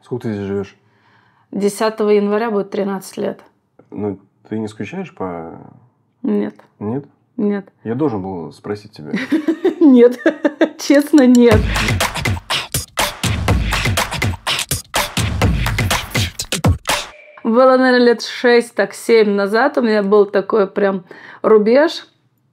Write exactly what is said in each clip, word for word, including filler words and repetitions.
Сколько ты здесь живешь? десятого января будет тринадцать лет. Ну, ты не скучаешь по... Нет. Нет? Нет. Я должен был спросить тебя. Нет. Честно, нет. Было, наверное, лет шесть, так семь назад у меня был такой прям рубеж.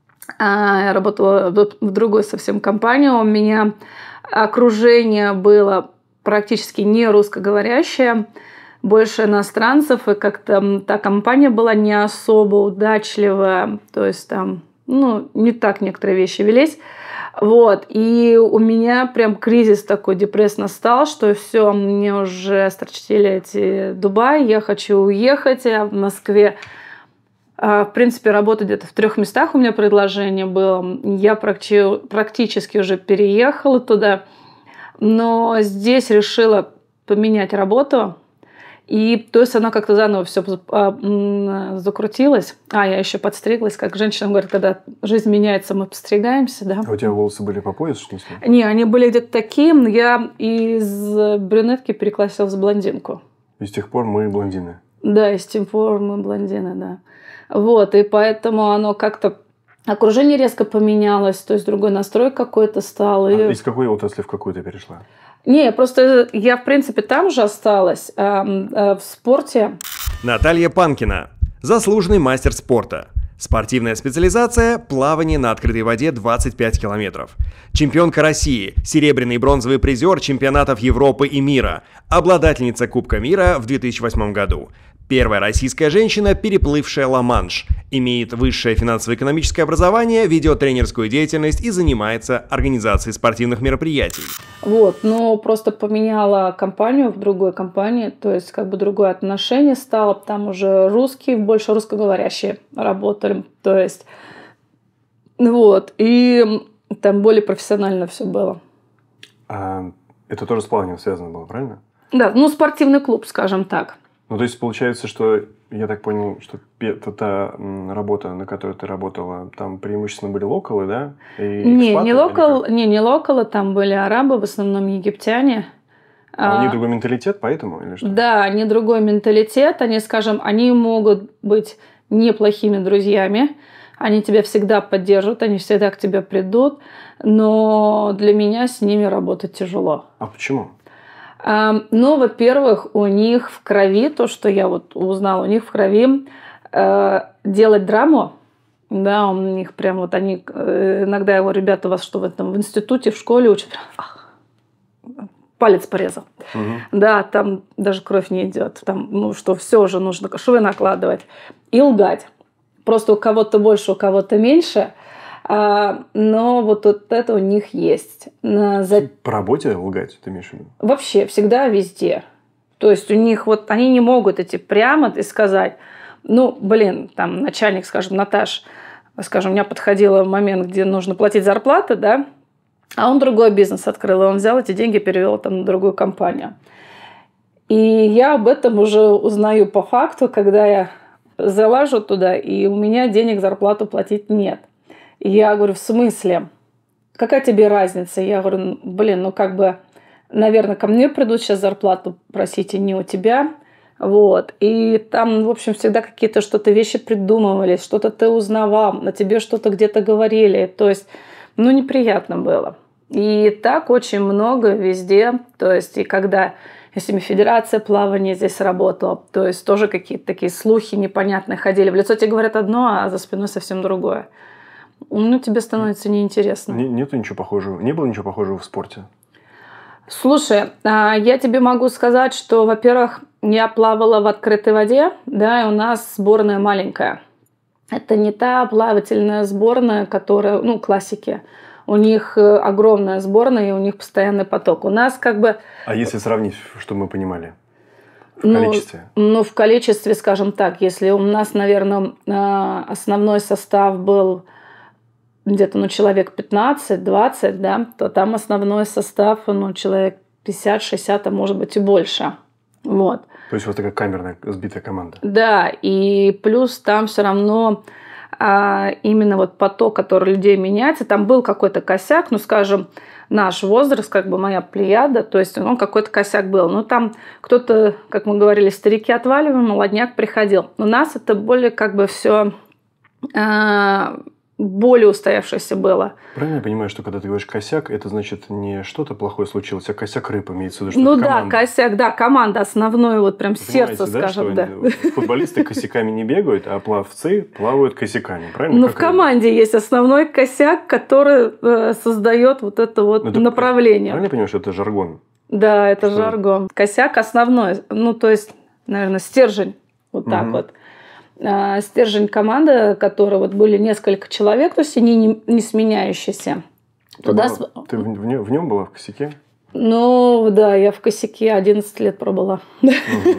Я работала в другой совсем компании. У меня окружение было практически не русскоговорящее, больше иностранцев, и как-то та компания была не особо удачливая, то есть там, ну, не так некоторые вещи велись. Вот, и у меня прям кризис такой, депресс настал, что все, мне уже строчили эти Дубай, я хочу уехать, я в Москве. В принципе, работать где-то в трех местах у меня предложение было. Я практически уже переехала туда, но здесь решила поменять работу. И то есть она как-то заново все закрутилась. А, я еще подстриглась, как женщина говорит, когда жизнь меняется, мы подстригаемся, да. А у тебя волосы были по пояс, что ли? Не, они были где-то такие. Я из брюнетки перекрасилась в блондинку. И с тех пор мы блондины. Да, и с тех пор мы блондины, да. Вот, и поэтому оно как-то... Окружение резко поменялось, то есть другой настрой какой-то стал. А и... из какой отрасли в какую ты перешла? Не, просто я, в принципе, там же осталась, э, э, в спорте. Наталья Панкина. Заслуженный мастер спорта. Спортивная специализация – плавание на открытой воде двадцать пять километров. Чемпионка России, серебряный и бронзовый призер чемпионатов Европы и мира, обладательница Кубка мира в две тысячи восьмом году. Первая российская женщина, переплывшая Ла-Манш, имеет высшее финансово-экономическое образование, ведет тренерскую деятельность и занимается организацией спортивных мероприятий. Вот, но просто поменяла компанию в другой компании, то есть как бы другое отношение стало, там уже русские, больше русскоговорящие работали, то есть вот, и там более профессионально все было. А это тоже с плаванием связано было, правильно? Да, ну спортивный клуб, скажем так. Ну, то есть, получается, что, я так понял, что та, та работа, на которой ты работала, там преимущественно были локалы, да? И не, не, локал, не, не локалы, там были арабы, в основном египтяне. А, а у них другой менталитет, поэтому? Или что? Да, они другой менталитет, они, скажем, они могут быть неплохими друзьями, они тебя всегда поддержат, они всегда к тебе придут, но для меня с ними работать тяжело. А почему? Ну, во-первых, у них в крови, то, что я вот узнала, у них в крови э, делать драму, да, у них прям вот они, э, иногда его ребята у вас что в этом, в институте, в школе учат, ах, палец порезал, угу. Да, там даже кровь не идет, там, ну, что все уже нужно швы накладывать и лгать. Просто у кого-то больше, у кого-то меньше. А, но вот, вот это у них есть. За... По работе лгать, ты имеешь в виду? Вообще, всегда, везде. То есть у них вот, они не могут идти прямо и сказать, ну, блин, там начальник, скажем, Наташ, скажем, у меня подходил момент, где нужно платить зарплаты, да, а он другой бизнес открыл, и он взял эти деньги, перевел там на другую компанию. И я об этом уже узнаю по факту, когда я залажу туда, и у меня денег зарплату платить нет. Я говорю, в смысле? Какая тебе разница? Я говорю, блин, ну как бы, наверное, ко мне придут сейчас зарплату просить, и не у тебя. Вот. И там, в общем, всегда какие-то что-то вещи придумывались, что-то ты узнавал, на тебе что-то где-то говорили. То есть, ну, неприятно было. И так очень много везде. То есть, и когда, если Федерация плавания здесь работала, то есть тоже какие-то такие слухи непонятные ходили. В лицо тебе говорят одно, а за спиной совсем другое. Ну, тебе становится неинтересно. Нету ничего похожего. Не было ничего похожего в спорте? Слушай, я тебе могу сказать, что, во-первых, я плавала в открытой воде, да, и у нас сборная маленькая. Это не та плавательная сборная, которая, ну, классики. У них огромная сборная, и у них постоянный поток. У нас как бы... А если сравнить, чтобы мы понимали? В ну, количестве? Ну, в количестве, скажем так, если у нас, наверное, основной состав был... где-то, ну, человек пятнадцать-двадцать, да, то там основной состав, ну, человек пятьдесят-шестьдесят, а может быть и больше. Вот. То есть вот такая камерная сбитая команда. Да, и плюс там все равно а именно вот поток, который людей меняется, там был какой-то косяк, ну, скажем, наш возраст, как бы моя плеяда, то есть он какой-то косяк был. Ну, там кто-то, как мы говорили, старики отваливали, молодняк приходил. У нас это более как бы все более устоявшееся было. Правильно я понимаю, что когда ты говоришь косяк, это значит не что-то плохое случилось, а косяк рыб имеется в виду, что ну это да, команда. косяк, да, команда основное, вот прям сердце, да, скажем, да. Футболисты косяками не бегают, а пловцы плавают косяками, правильно? Ну, как в команде рыба? Есть основной косяк, который э, создает вот это вот это направление. Правильно я понимаю, что это жаргон? Да, это что? жаргон. Косяк основной, ну, то есть, наверное, стержень, вот так угу. вот. Стержень команды, которые вот были несколько человек, то есть они не, не сменяющиеся. Ты, Туда... была, ты в, в, нем, в нем была, в косяке? Ну, да, я в косяке одиннадцать лет пробыла. Угу.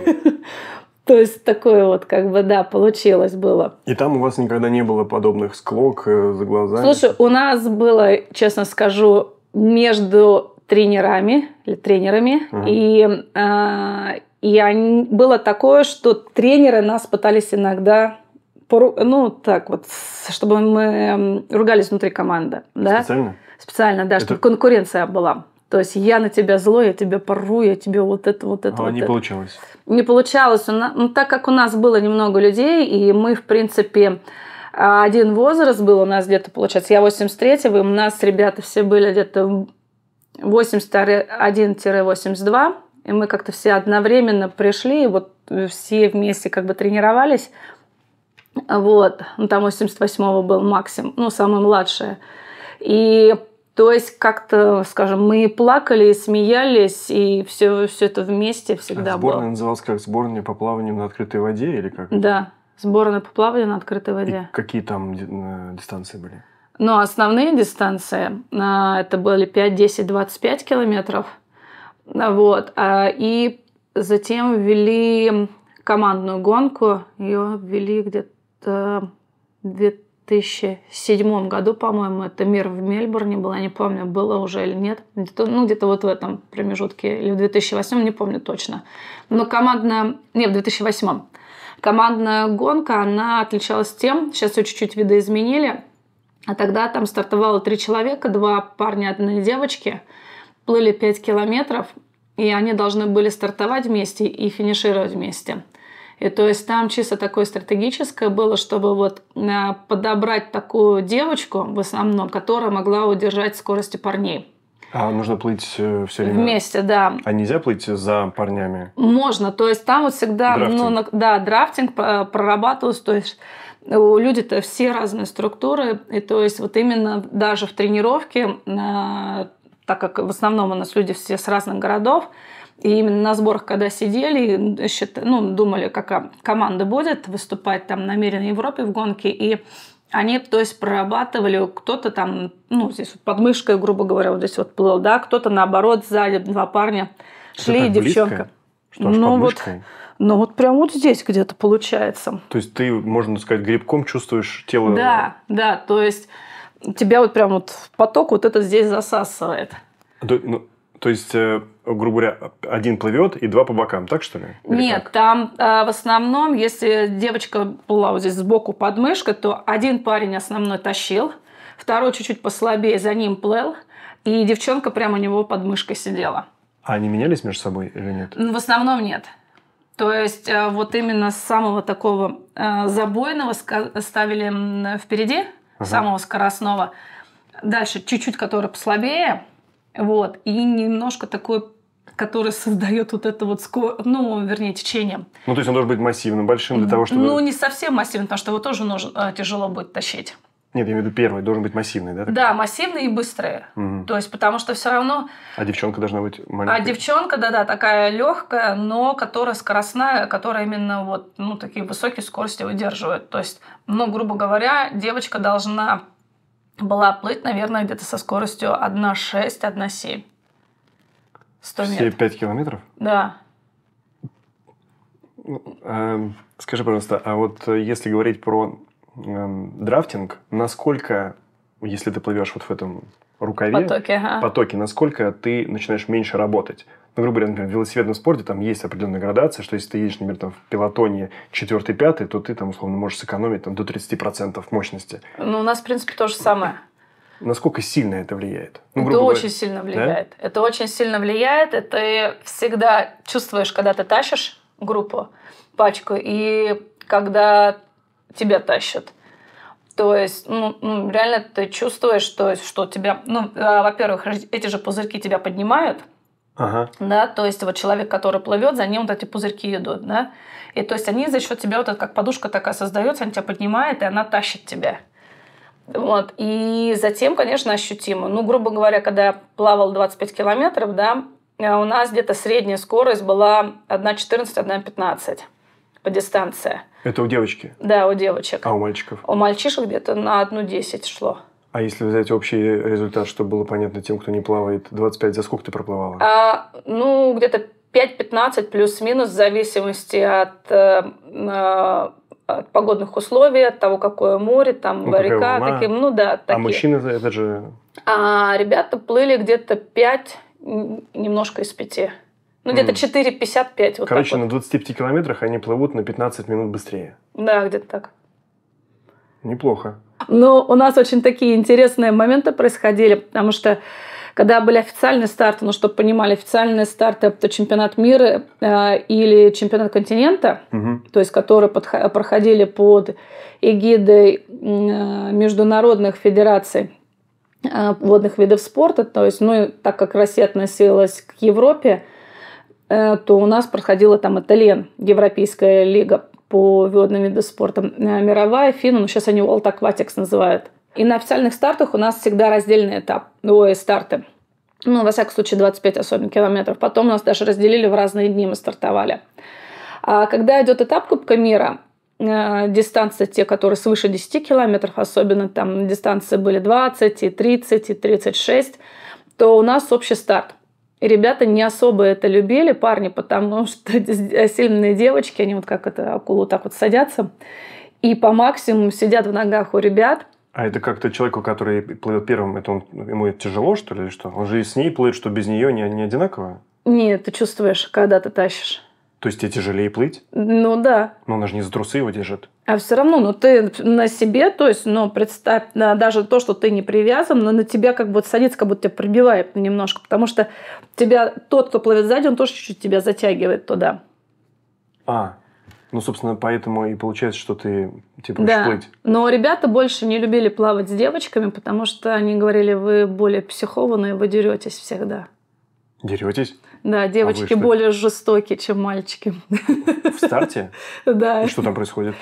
То есть такое вот, как бы, да, получилось было. И там у вас никогда не было подобных склок за глазами? Слушай, у нас было, честно скажу, между тренерами или тренерами угу. и... Э, И они, было такое, что тренеры нас пытались иногда, пору, ну, так вот, чтобы мы ругались внутри команды. Да? Специально? Специально, да, это... чтобы конкуренция была. То есть я на тебя злой, я тебя порву, я тебе вот это, вот это, а вот не это. получалось? Не получалось. Ну, так как у нас было немного людей, и мы, в принципе, один возраст был у нас где-то, получается, я восемьдесят третьего, и у нас ребята все были где-то восемьдесят один - восемьдесят два. И мы как-то все одновременно пришли, и вот все вместе как бы тренировались. Вот. Ну, там восемьдесят восьмого был Максим, ну, самый младший. И то есть как-то, скажем, мы плакали, и смеялись, и все, все это вместе всегда а сборная было. Называлась как сборная по плаванию на открытой воде или как? Да, сборная по плаванию на открытой воде. И какие там дистанции были? Ну, основные дистанции, это были пять, десять, двадцать пять километров. Вот. И затем ввели командную гонку. Ее ввели где-то в две тысячи седьмом году, по-моему. Это мир в Мельбурне был, я не помню, было уже или нет. Где-то, ну, где-то вот в этом промежутке. Или в две тысячи восьмом, не помню точно. Но командная... Не, в две тысячи восьмом. Командная гонка, она отличалась тем... Сейчас ее чуть-чуть видоизменили. А тогда там стартовало три человека. Два парня, одна девочки. Плыли пять километров, и они должны были стартовать вместе и финишировать вместе. И то есть там чисто такое стратегическое было, чтобы вот подобрать такую девочку, в основном, которая могла удержать скорости парней. А нужно плыть все время? Вместе, да. А нельзя плыть за парнями? Можно, то есть там вот всегда... Драфтинг. Ну, да, драфтинг прорабатывался, то есть люди-то все разные структуры, и то есть вот именно даже в тренировке... так как в основном у нас люди все с разных городов, и именно на сборах, когда сидели, ну, думали, какая команда будет выступать там на Мире на Европе в гонке, и они, то есть, прорабатывали, кто-то там, ну, здесь вот под мышкой, грубо говоря, вот здесь вот плыл, да, кто-то наоборот, сзади два парня шли, девчонка. Что, аж ну, под вот, мышкой? ну, вот прям вот здесь где-то получается. То есть ты, можно сказать, грибком чувствуешь тело? Да, да, то есть... Тебя вот прям вот поток вот это здесь засасывает. То, ну, то есть, э, грубо говоря, один плывет и два по бокам, так что ли? Или Нет, как? там э, в основном, если девочка была вот здесь сбоку под мышкой, то один парень основной тащил, второй чуть-чуть послабее за ним плыл, и девчонка прямо у него под мышкой сидела. А они менялись между собой или нет? В основном нет. То есть э, вот именно с самого такого э, забойного ставили впереди, ага. самого скоростного. Дальше чуть-чуть, который послабее. Вот. И немножко такой, который создает вот это вот, скор... ну, вернее, течение. Ну, то есть он должен быть массивным, большим для того, чтобы... Ну, не совсем массивным, потому что его тоже нужно, тяжело будет тащить. Нет, я имею в виду первый, должен быть массивный, да? Такой? Да, массивный и быстрый. Угу. То есть, потому что все равно... А девчонка должна быть маленькая? А девчонка, да-да, такая легкая, но которая скоростная, которая именно вот, ну, такие высокие скорости выдерживает. То есть, ну, грубо говоря, девочка должна была плыть, наверное, где-то со скоростью одна шесть - одна семь. сто метров. Все пять километров? Да. Скажи, пожалуйста, а вот если говорить про драфтинг, насколько, если ты плывешь вот в этом рукаве, потоке, ага. потоке, насколько ты начинаешь меньше работать? ну, грубо говоря, например, в велосипедном спорте там есть определенная градация, что если ты едешь, например, там, в пелотоне четвертый-пятый, то ты там, условно, можешь сэкономить там, до тридцати процентов мощности. Ну, у нас, в принципе, то же самое. Насколько сильно это влияет? Ну, это говоря, очень сильно влияет. Да? Это очень сильно влияет. И ты всегда чувствуешь, когда ты тащишь группу, пачку, и когда тебя тащат. То есть, ну, ну реально ты чувствуешь, что, что тебя... Ну, во-первых, эти же пузырьки тебя поднимают. Ага. Да, то есть вот человек, который плывет, за ним вот эти пузырьки идут, да, и то есть они за счет тебя, вот это как подушка такая создается, она тебя поднимает, и она тащит тебя. Вот. И затем, конечно, ощутимо. Ну, грубо говоря, когда я плавал двадцать пять километров, да, у нас где-то средняя скорость была одна четырнадцать - одна пятнадцать по дистанции. Это у девочки? Да, у девочек. А у мальчиков? У мальчишек где-то на одна десять шло. А если взять общий результат, чтобы было понятно тем, кто не плавает, двадцать пять, за сколько ты проплывала? А, ну, где-то пять пятнадцать плюс-минус в зависимости от, э, от погодных условий, от того, какое море, там, ну, река, такие, ну да, такие. А мужчины, это же... А ребята плыли где-то пять, немножко из пяти. Ну, где-то четыре пятьдесят пять. Вот Короче, вот. на двадцати пяти километрах они плывут на пятнадцать минут быстрее. Да, где-то так. Неплохо. Но у нас очень такие интересные моменты происходили, потому что когда были официальные старты, ну, чтобы понимали, официальные старты – это чемпионат мира э, или чемпионат континента, угу. то есть которые подх- проходили под эгидой э, международных федераций э, водных видов спорта, то есть, ну, так как Россия относилась к Европе, э, то у нас проходила там Итальян, Европейская лига по водным видам спорта, мировая, финна, но сейчас они World Aquatics называют. И на официальных стартах у нас всегда раздельный этап, ой, старты. Ну, во всяком случае, двадцать пять особенно километров. Потом нас даже разделили в разные дни, мы стартовали. А когда идет этап Кубка мира, э, дистанции те, которые свыше десяти километров, особенно там дистанции были двадцать, и тридцать, и тридцать шесть, то у нас общий старт. И ребята не особо это любили, парни, потому что сильные девочки, они вот как это, акулу так вот садятся, и по максимуму сидят в ногах у ребят. А это как-то человеку, который плывет первым, это он, ему тяжело, что ли, или что? Он же и с ней плывет, что без нее не, не одинаково? Нет, ты чувствуешь, когда ты тащишь. То есть тебе тяжелее плыть? Ну да. Но она же не за трусы его держит. А все равно, ну ты на себе, то есть, ну представь, даже то, что ты не привязан, но на тебя как бы вот садится, как будто тебя пробивает немножко, потому что тебя, тот, кто плывет сзади, он тоже чуть-чуть тебя затягивает туда. А, ну, собственно, поэтому и получается, что ты типа да. плыть. Но ребята больше не любили плавать с девочками, потому что они говорили, вы более психованные, вы деретесь всегда. Деретесь? Да, девочки а более жестокие, чем мальчики. В старте? Да. И что там происходит?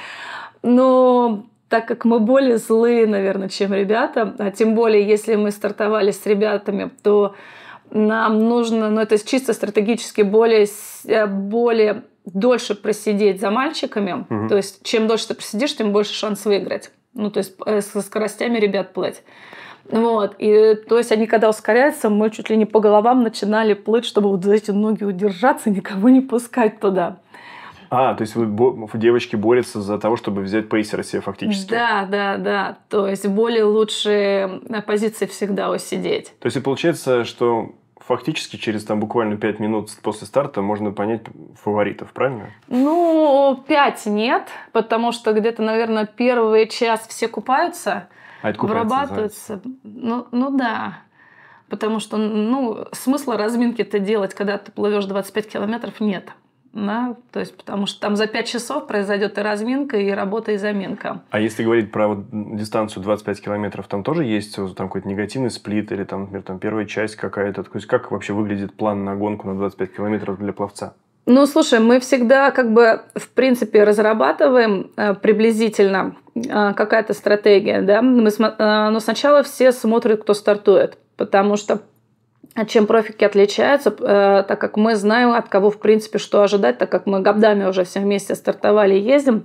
Ну, так как мы более злые, наверное, чем ребята, а тем более, если мы стартовали с ребятами, то нам нужно, ну, это чисто стратегически более, более дольше просидеть за мальчиками. Угу. То есть, чем дольше ты просидишь, тем больше шанс выиграть. Ну, то есть, со скоростями ребят плыть. Вот. И, то есть, они когда ускоряются, мы чуть ли не по головам начинали плыть, чтобы вот за эти ноги удержаться, никого не пускать туда. А, то есть вы, девочки борются за того, чтобы взять пейсера себе фактически? Да, да, да. То есть более лучшие позиции всегда усидеть. То есть и получается, что фактически через там буквально пять минут после старта можно понять фаворитов, правильно? Ну, пять нет, потому что где-то, наверное, первый час все купаются, а это вырабатываются. Ну, ну да. Потому что ну, смысла разминки-то делать, когда ты плывешь двадцать пять километров, нет. Да, то есть, потому что там за пять часов произойдет и разминка, и работа, и заминка. А если говорить про вот дистанцию двадцать пять километров, там тоже есть там какой-то негативный сплит или там, например, там первая часть какая-то? То есть, как вообще выглядит план на гонку на двадцать пять километров для пловца? Ну, слушай, мы всегда как бы, в принципе, разрабатываем э, приблизительно э, какая-то стратегия, да. Мы, э, но сначала все смотрят, кто стартует, потому что чем профики отличаются, э, так как мы знаем, от кого, в принципе, что ожидать, так как мы годами уже все вместе стартовали и ездим.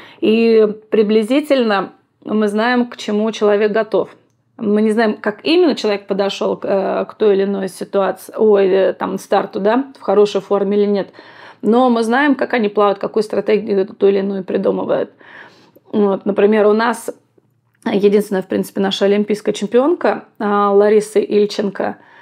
И приблизительно мы знаем, к чему человек готов. Мы не знаем, как именно человек подошел к, э, к той или иной ситуации, ой, там, старту, да, в хорошей форме или нет. Но мы знаем, как они плавают, какую стратегию ту или иную придумывают. Вот, например, у нас единственная, в принципе, наша олимпийская чемпионка Лариса Ильченко –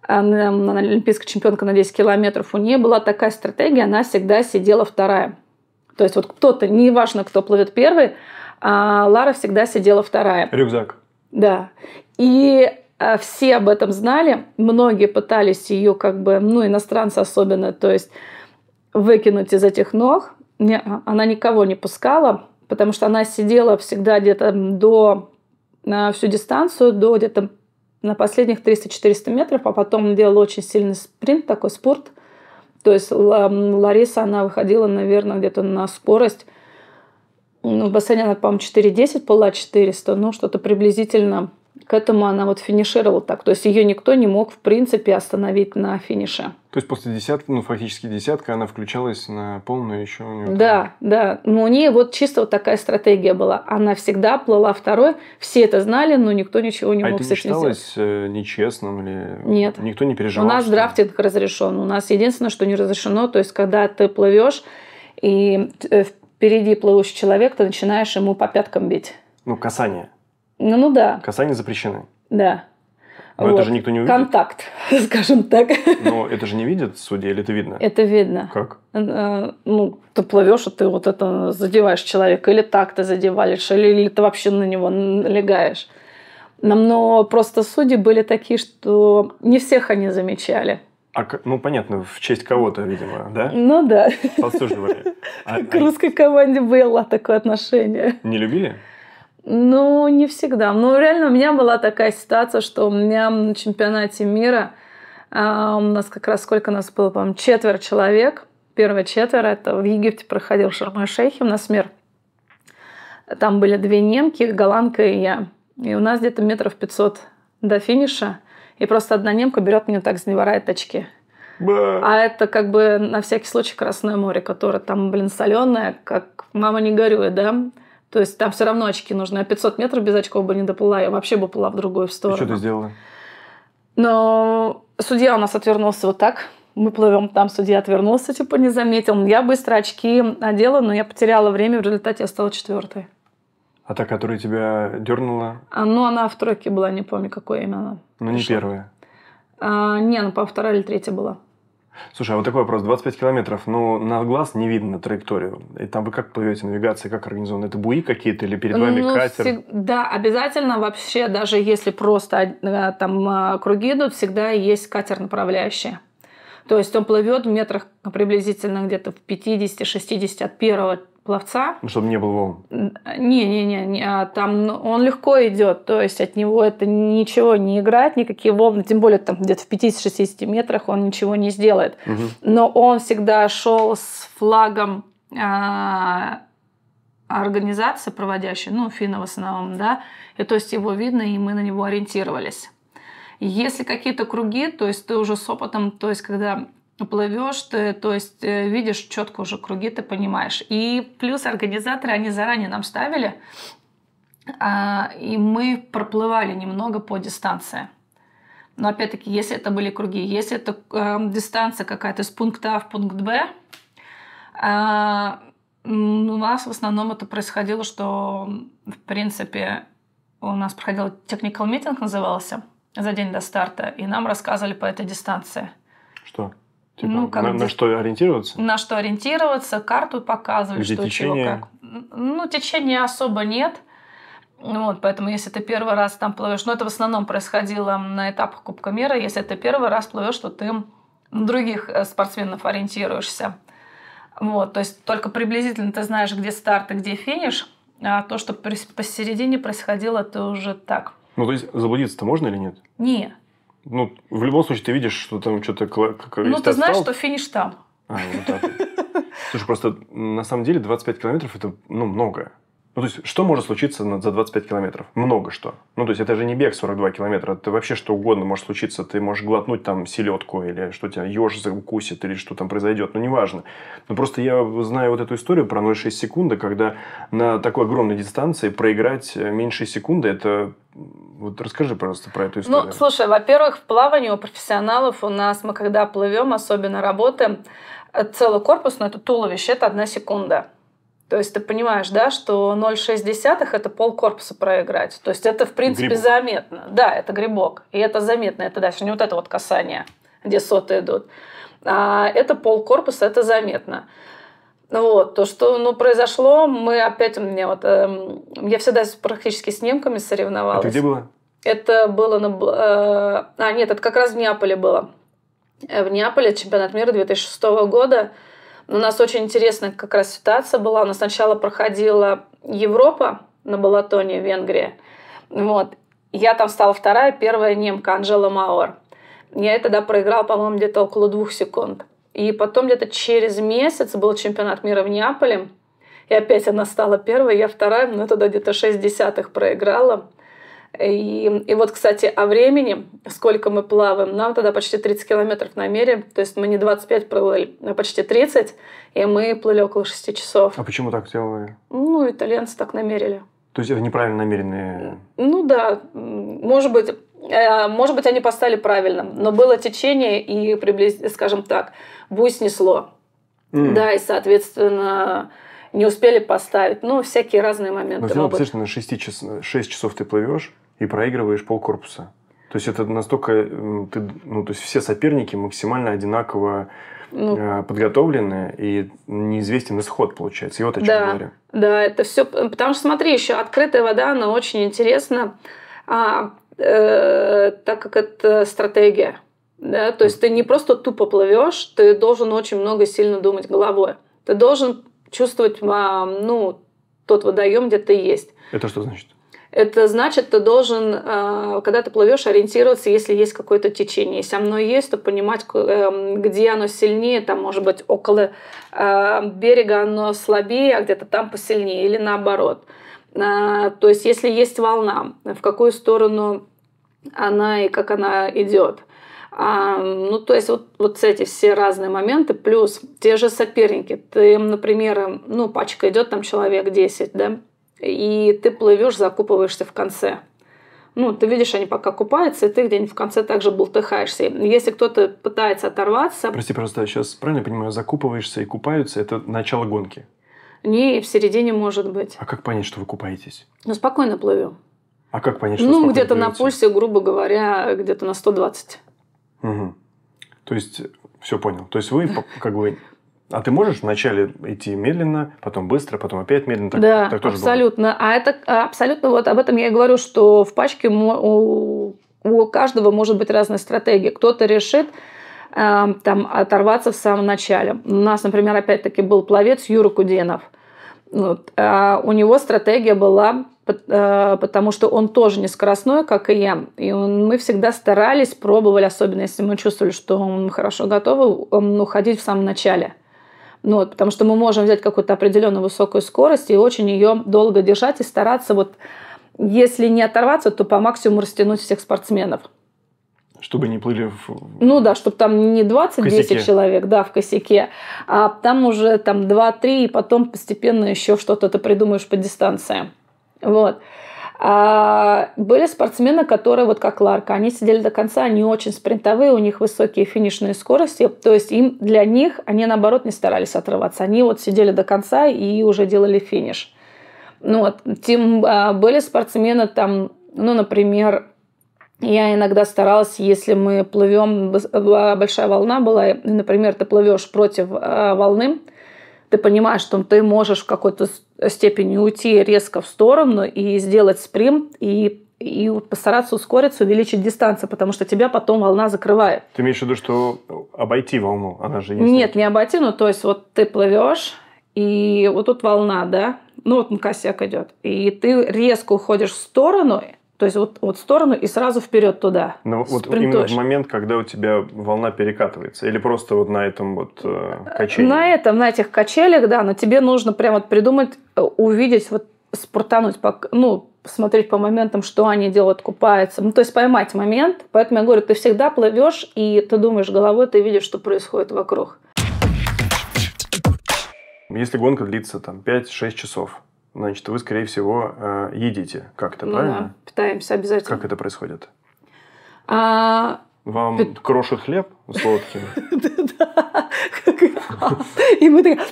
она олимпийская чемпионка на десять километров, у нее была такая стратегия, она всегда сидела вторая. То есть вот кто-то, неважно, кто плывет первый, а Лара всегда сидела вторая. Рюкзак. Да. И все об этом знали, многие пытались ее, как бы, ну, иностранцы особенно, то есть выкинуть из этих ног. Она никого не пускала, потому что она сидела всегда где-то до, на всю дистанцию, до где-то на последних триста-четыреста метров, а потом делала очень сильный спринт, такой спорт. То есть Лариса, она выходила, наверное, где-то на скорость, ну, в бассейне она, по-моему, четыре десять плыла, четыреста, ну, что-то приблизительно к этому она вот финишировала так. То есть ее никто не мог, в принципе, остановить на финише. То есть после десятки, ну, фактически десятка, она включалась на полную еще у нее. Да, да. Но у нее вот чисто вот такая стратегия была. Она всегда плыла второй. Все это знали, но никто ничего не а мог это с этим сделать. А это не считалось нечестным? Или Нет. Никто не переживал? У нас что... драфтинг разрешен. У нас единственное, что не разрешено, то есть когда ты плывешь и впереди плывущий человек, ты начинаешь ему по пяткам бить. Ну, касание. Ну, ну да. Касания запрещены. Да. Но вот. Это же никто не увидит. Контакт, скажем так. Но это же не видит судья, или это видно? Это видно. Как? Ну, ты плывешь, и ты вот это задеваешь человека, или так ты задеваешь, или, или ты вообще на него налегаешь. Но просто судьи были такие, что не всех они замечали. А, ну, понятно, в честь кого-то, видимо, да? Ну, да. Подсуживали. А, К русской команде было такое отношение. Не любили? Ну, не всегда. Ну, реально, у меня была такая ситуация, что у меня на чемпионате мира, а, у нас как раз сколько нас было, по-моему, четверо человек. Первые четверо, это в Египте проходил Шарм-эль-Шейхе у нас мир. Там были две немки, голландка и я. И у нас где-то метров пятьсот до финиша. И просто одна немка берет меня так, сдевает очки. Ба. А это как бы на всякий случай Красное море, которое там, блин, соленое, как мама не горюет, да? То есть там все равно очки нужны. А пятьсот метров без очков бы не доплыла. Я вообще бы плыла в другую сторону. И что ты сделала? Но судья у нас отвернулся вот так. Мы плывем там, судья отвернулся, типа не заметил. Я быстро очки одела, но я потеряла время. В результате я стала четвертой. А та, которая тебя дернула? А, ну, она в тройке была, не помню, какое имя она. Ну, не пришла. первая. А, не, ну, по-моему, вторая или третья была. Слушай, а вот такой вопрос. двадцать пять километров, ну, на глаз не видно траекторию. И там вы как плывете, навигация, как организована? Это буи какие-то или перед вами ну, катер? Всег... Да, обязательно вообще, даже если просто там круги идут, всегда есть катер-направляющий. То есть он плывет в метрах приблизительно где-то в пятьдесят-шестьдесят от первого пловца. Ну, чтобы не было волн. Не-не-не, там он легко идет, то есть от него это ничего не играет, никакие волны, тем более там где-то в пятидесяти-шестидесяти метрах он ничего не сделает. Угу. Но он всегда шел с флагом а, организации проводящей, ну, финны в основном, да, и то есть его видно, и мы на него ориентировались. Если какие-то круги, то есть ты уже с опытом, то есть когда плывешь, ты, то есть видишь четко уже круги, ты понимаешь. И плюс организаторы, они заранее нам ставили, а, и мы проплывали немного по дистанции. Но опять-таки, если это были круги, если это э, дистанция какая-то с пункта А в пункт Б, э, у нас в основном это происходило, что в принципе у нас проходил technical meeting, назывался, за день до старта, и нам рассказывали по этой дистанции. Что? Типа, ну, как на, ди... на что ориентироваться? На что ориентироваться, карту показывали, где что течение? чего как. Ну, течения особо нет. Вот, поэтому, если ты первый раз там плывешь, ну, это в основном происходило на этапах Кубка мира, если ты первый раз плывешь, то ты на других спортсменов ориентируешься. Вот, то есть только приблизительно ты знаешь, где старт и где финиш, а то, что посередине происходило, это уже так. Ну, то есть заблудиться-то можно или нет? Не. Ну, в любом случае, ты видишь, что там что-то... Ну, ты, ты знаешь, что финиш там. А, вот так. Слушай, просто на самом деле двадцать пять километров – это, ну, много. Ну, то есть, что может случиться за двадцать пять километров? Много что. Ну, то есть, это же не бег сорок два километра. Это вообще что угодно может случиться. Ты можешь глотнуть там селедку, или что тебя еж укусит, или что там произойдет. Ну, неважно. Но просто я знаю вот эту историю про ноль целых шесть десятых секунды, когда на такой огромной дистанции проиграть меньше секунды – это... Вот расскажи, пожалуйста, про эту историю. Ну, слушай, во-первых, в плавании у профессионалов у нас, мы когда плывем, особенно работаем, целый корпус, но это туловище, это одна секунда. То есть ты понимаешь, да, что ноль целых шесть десятых это полкорпуса проиграть. То есть это, в принципе, грибок. Заметно. Да, это грибок. И это заметно. Это дальше не вот это вот касание, где соты идут. А это полкорпуса, это заметно. Вот. То, что ну, произошло, мы опять... У меня вот, э, я всегда практически с немками соревновалась. Это где было? Это было на... Э, а, нет, это как раз в Неаполе было. В Неаполе чемпионат мира две тысячи шестого года. У нас очень интересная как раз ситуация была. У нас сначала проходила Европа на Балатоне в Венгрии. Вот. Я там стала вторая, первая немка Анжела Мауэр. Я тогда проиграла, по-моему, где-то около двух секунд. И потом где-то через месяц был чемпионат мира в Неаполе. И опять она стала первой, я вторая, но тогда где-то шесть десятых проиграла. И, и вот, кстати, о времени, сколько мы плаваем, нам тогда почти тридцать километров намерили, то есть мы не двадцать пять плыли, а почти тридцать, и мы плыли около шести часов. А почему так сделали? Ну, итальянцы так намерили. То есть это неправильно намеренные... Ну да, может быть, э, может быть, они поставили правильно, но было течение и, приблизительно, скажем так, буй снесло. Mm. Да, и, соответственно, не успели поставить. Ну, всякие разные моменты. Но все равно, представляешь, на шесть час, шесть часов ты плывешь и проигрываешь полкорпуса. То есть это настолько... Ты, ну, то есть все соперники максимально одинаково ну, э, подготовлены, и неизвестен исход, получается. И вот о чем да, говорю. Да, это все... Потому что, смотри, еще открытая вода, она очень интересна, а, э, так как это стратегия. Да? То есть ты не просто тупо плывешь, ты должен очень много сильно думать головой. Ты должен чувствовать, а, ну, тот водоем, где ты есть. Это что значит? Это значит, ты должен, когда ты плывешь, ориентироваться, если есть какое-то течение. Если оно есть, то понимать, где оно сильнее, там, может быть, около берега оно слабее, а где-то там посильнее, или наоборот. То есть, если есть волна, в какую сторону она и как она идет. Ну, то есть, вот, вот эти все разные моменты, плюс те же соперники. Ты, например, ну, пачка идет, там человек десять, да, и ты плывешь, закупываешься в конце. Ну, ты видишь, они пока купаются, и ты где-нибудь в конце также бултыхаешься. Если кто-то пытается оторваться... Прости, просто сейчас правильно понимаю, закупываешься и купаются – это начало гонки? Не, в середине может быть. А как понять, что вы купаетесь? Ну, спокойно плывем. А как понять, что Ну, спокойно где-то плывете? на пульсе, грубо говоря, где-то на сто двадцать. Угу. То есть, все понял. То есть, вы как бы... А ты можешь вначале идти медленно, потом быстро, потом опять медленно? Так, да, так тоже абсолютно. бывает? А это абсолютно вот об этом я и говорю, что в пачке у, у каждого может быть разная стратегия. Кто-то решит э, там, оторваться в самом начале. У нас, например, опять-таки был пловец Юра Куденов. Вот. А у него стратегия была, э, потому что он тоже не скоростной, как и я. И он, мы всегда старались, пробовали, особенно если мы чувствовали, что он хорошо готов, уходить в самом начале. Ну, вот, потому что мы можем взять какую-то определенную высокую скорость и очень ее долго держать и стараться, вот, если не оторваться, то по максимуму растянуть всех спортсменов. Чтобы не плыли в... Ну да, чтобы там не двадцать-десять человек, да, в косяке, а там уже там два-три, и потом постепенно еще что-то ты придумаешь по дистанции. Вот. А были спортсмены, которые, вот как Ларка, они сидели до конца, они очень спринтовые, у них высокие финишные скорости, то есть им, для них они, наоборот, не старались отрываться. Они вот сидели до конца и уже делали финиш. Ну, вот. Тем, а, были спортсмены, там, ну, например, я иногда старалась, если мы плывем, большая волна была, например, ты плывешь против а, волны, ты понимаешь, что ты можешь в какой-то степени уйти резко в сторону и сделать спринт, и, и постараться ускориться, увеличить дистанцию, потому что тебя потом волна закрывает. Ты имеешь в виду, что обойти волну? Она же есть. Нет, не обойти, ну то есть вот ты плывешь, и вот тут волна, да, ну вот косяк идет, и ты резко уходишь в сторону, то есть вот, вот в сторону и сразу вперед туда. Ну, вот именно в момент, когда у тебя волна перекатывается, или просто вот на этом вот э, качеле? На этом, на этих качелях, да, но тебе нужно прямо вот придумать, увидеть, вот спуртануть, ну, посмотреть по моментам, что они делают, купаются. Ну, то есть поймать момент. Поэтому я говорю, ты всегда плывешь, и ты думаешь головой, ты видишь, что происходит вокруг. Если гонка длится там пять-шесть часов, значит, вы, скорее всего, едите как-то, ну, правильно? Да, питаемся обязательно. Как это происходит? А... Вам Пи... крошат хлеб с лодки? Да. И мы такие...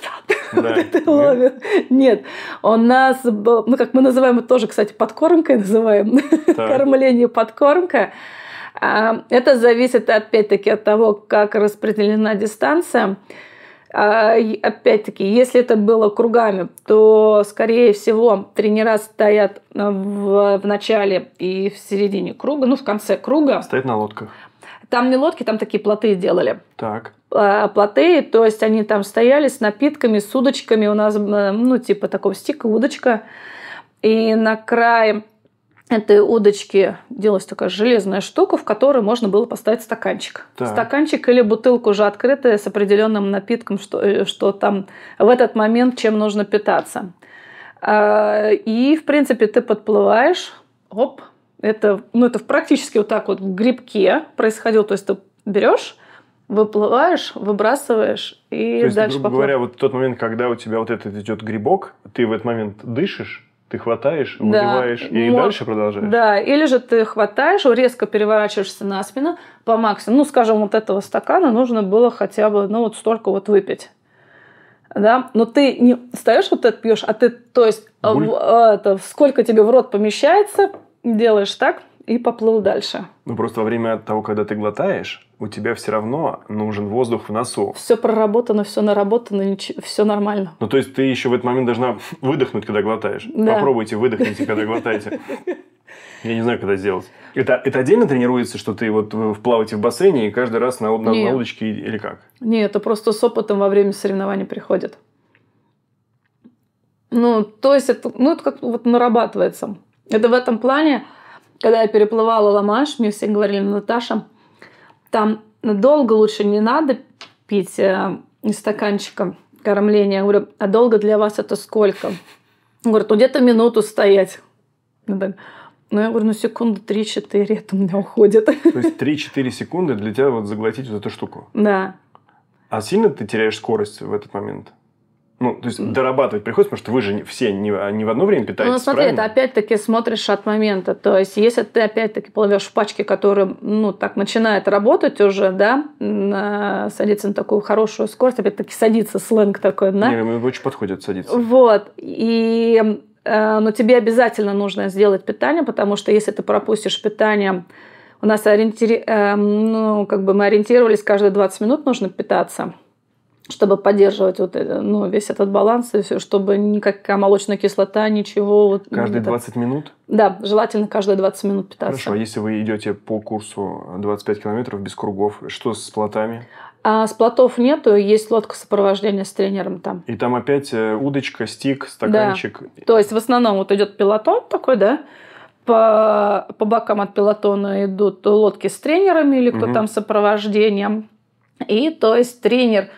Да. Ты ловишь. Нет, у нас был, ну, как мы называем это тоже, кстати, подкормкой называем, кормление подкормка. Это зависит, опять-таки, от того, как распределена дистанция. Опять-таки, если это было кругами, то, скорее всего, тренера стоят в, в начале и в середине круга, ну, в конце круга. Стоят на лодках. Там не лодки, там такие плоты делали. Так. Плоты, то есть они там стояли с напитками, с удочками. У нас, ну, типа такого стика, удочка. И на крае этой удочки делалась такая железная штука, в которой можно было поставить стаканчик. Так. Стаканчик или бутылку уже открытая с определенным напитком, что, что там в этот момент чем нужно питаться. И, в принципе, ты подплываешь, оп, это, ну, это практически вот так вот в грибке происходило. То есть ты берешь, выплываешь, выбрасываешь и То есть, дальше грубо говоря, вот в тот момент, когда у тебя вот этот идет грибок, ты в этот момент дышишь, ты хватаешь, выливаешь, да, и мог... дальше продолжаешь? Да, или же ты хватаешь, резко переворачиваешься на спину по максимуму. Ну, скажем, вот этого стакана нужно было хотя бы, ну, вот столько вот выпить. Да? Но ты не встаешь, вот это пьешь, а ты, то есть, в, это, сколько тебе в рот помещается, делаешь так и поплыл дальше. Ну, просто во время того, когда ты глотаешь, у тебя все равно нужен воздух в носу. Все проработано, все наработано, все нормально. Ну, то есть, ты еще в этот момент должна выдохнуть, когда глотаешь. Да. Попробуйте, выдохните, когда глотаете. Я не знаю, когда сделать. Это, это отдельно тренируется, что ты вот плаваете в бассейне и каждый раз на, на, на удочке или как? Нет, это просто с опытом во время соревнований приходит. Ну, то есть, это, ну, это как вот нарабатывается. Это в этом плане, когда я переплывала Ла-Манш, мне все говорили, Наташа, там долго лучше не надо пить из стаканчика кормления. Я говорю, а долго для вас это сколько? Он говорит, ну где-то минуту стоять. Ну, я говорю, ну секунды три-четыре это у меня уходит. То есть три-четыре секунды для тебя вот заглотить вот эту штуку? Да. А сильно ты теряешь скорость в этот момент? Ну, то есть, дорабатывать приходится, потому что вы же все не, не в одно время питаетесь, Ну, смотри, правильно? это опять-таки смотришь от момента. То есть, если ты опять-таки плывешь в пачке, которая, ну, так начинает работать уже, да, на, садится на такую хорошую скорость, опять-таки садится сленг такой, да? Не, мне очень подходит садиться. Вот. И, э, но тебе обязательно нужно сделать питание, потому что если ты пропустишь питание, у нас ориентири... э, ну, как бы мы ориентировались, каждые двадцать минут нужно питаться, чтобы поддерживать вот это, ну, весь этот баланс, и все, чтобы никакая молочная кислота, ничего. Вот, каждые ну, двадцать минут? Да, желательно каждые двадцать минут питаться. Хорошо, а если вы идете по курсу двадцать пять километров без кругов, что с плотами? А с плотов нету, есть лодка сопровождения с тренером там. И там опять удочка, стик, стаканчик? Да. То есть в основном вот идет пелотон такой, да, по, по бокам от пелотона идут лодки с тренерами или кто угу. там с сопровождением. И то есть тренер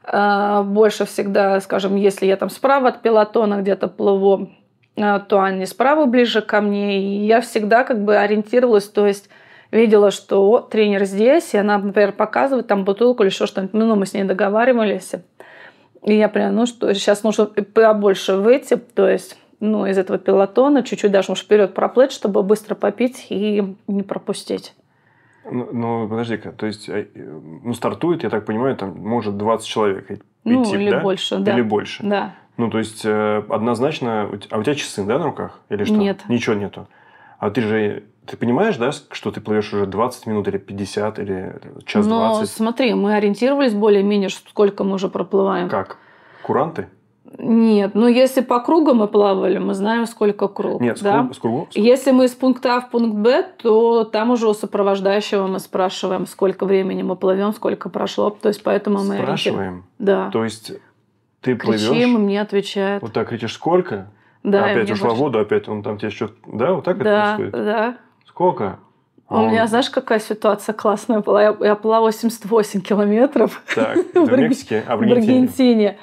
больше всегда, скажем, если я там справа от пелотона где-то плыву, то они справа ближе ко мне. И я всегда как бы ориентировалась, то есть видела, что тренер здесь, и она, например, показывает там бутылку или еще что-нибудь. Ну, мы с ней договаривались. И я прям, ну, что сейчас нужно побольше выйти, то есть, ну, из этого пелотона, чуть-чуть даже может вперед проплыть, чтобы быстро попить и не пропустить. Ну, ну подожди-ка, то есть, ну, стартует, я так понимаю, там может двадцать человек идти, ну, или да? больше, да. Или больше. Да. Ну, то есть, однозначно... А у тебя часы, да, на руках? Или что? Нет. Ничего нету. А ты же... Ты понимаешь, да, что ты плывешь уже двадцать минут или пятьдесят, или час двадцать? Ну, смотри, мы ориентировались более-менее, сколько мы уже проплываем. Как? Куранты? Нет, ну если по кругу мы плавали, мы знаем, сколько круг. Нет, да? с, круг, с кругом. Если мы из пункта А в пункт Б, то там уже у сопровождающего мы спрашиваем, сколько времени мы плывем, сколько прошло. То есть поэтому мы спрашиваем? Да. То есть ты кричим, плывешь? Кричим, мне отвечают. Вот так кричишь, сколько? Да. А опять ушла больше... в воду, опять он там тебе что-то... Да, вот так да, это происходит? Да. Сколько? У а меня, он... знаешь, какая ситуация классная была? Я, я плыла восемьдесят восемь километров. Так, это в Мексике, а в Аргентине? В Аргентине.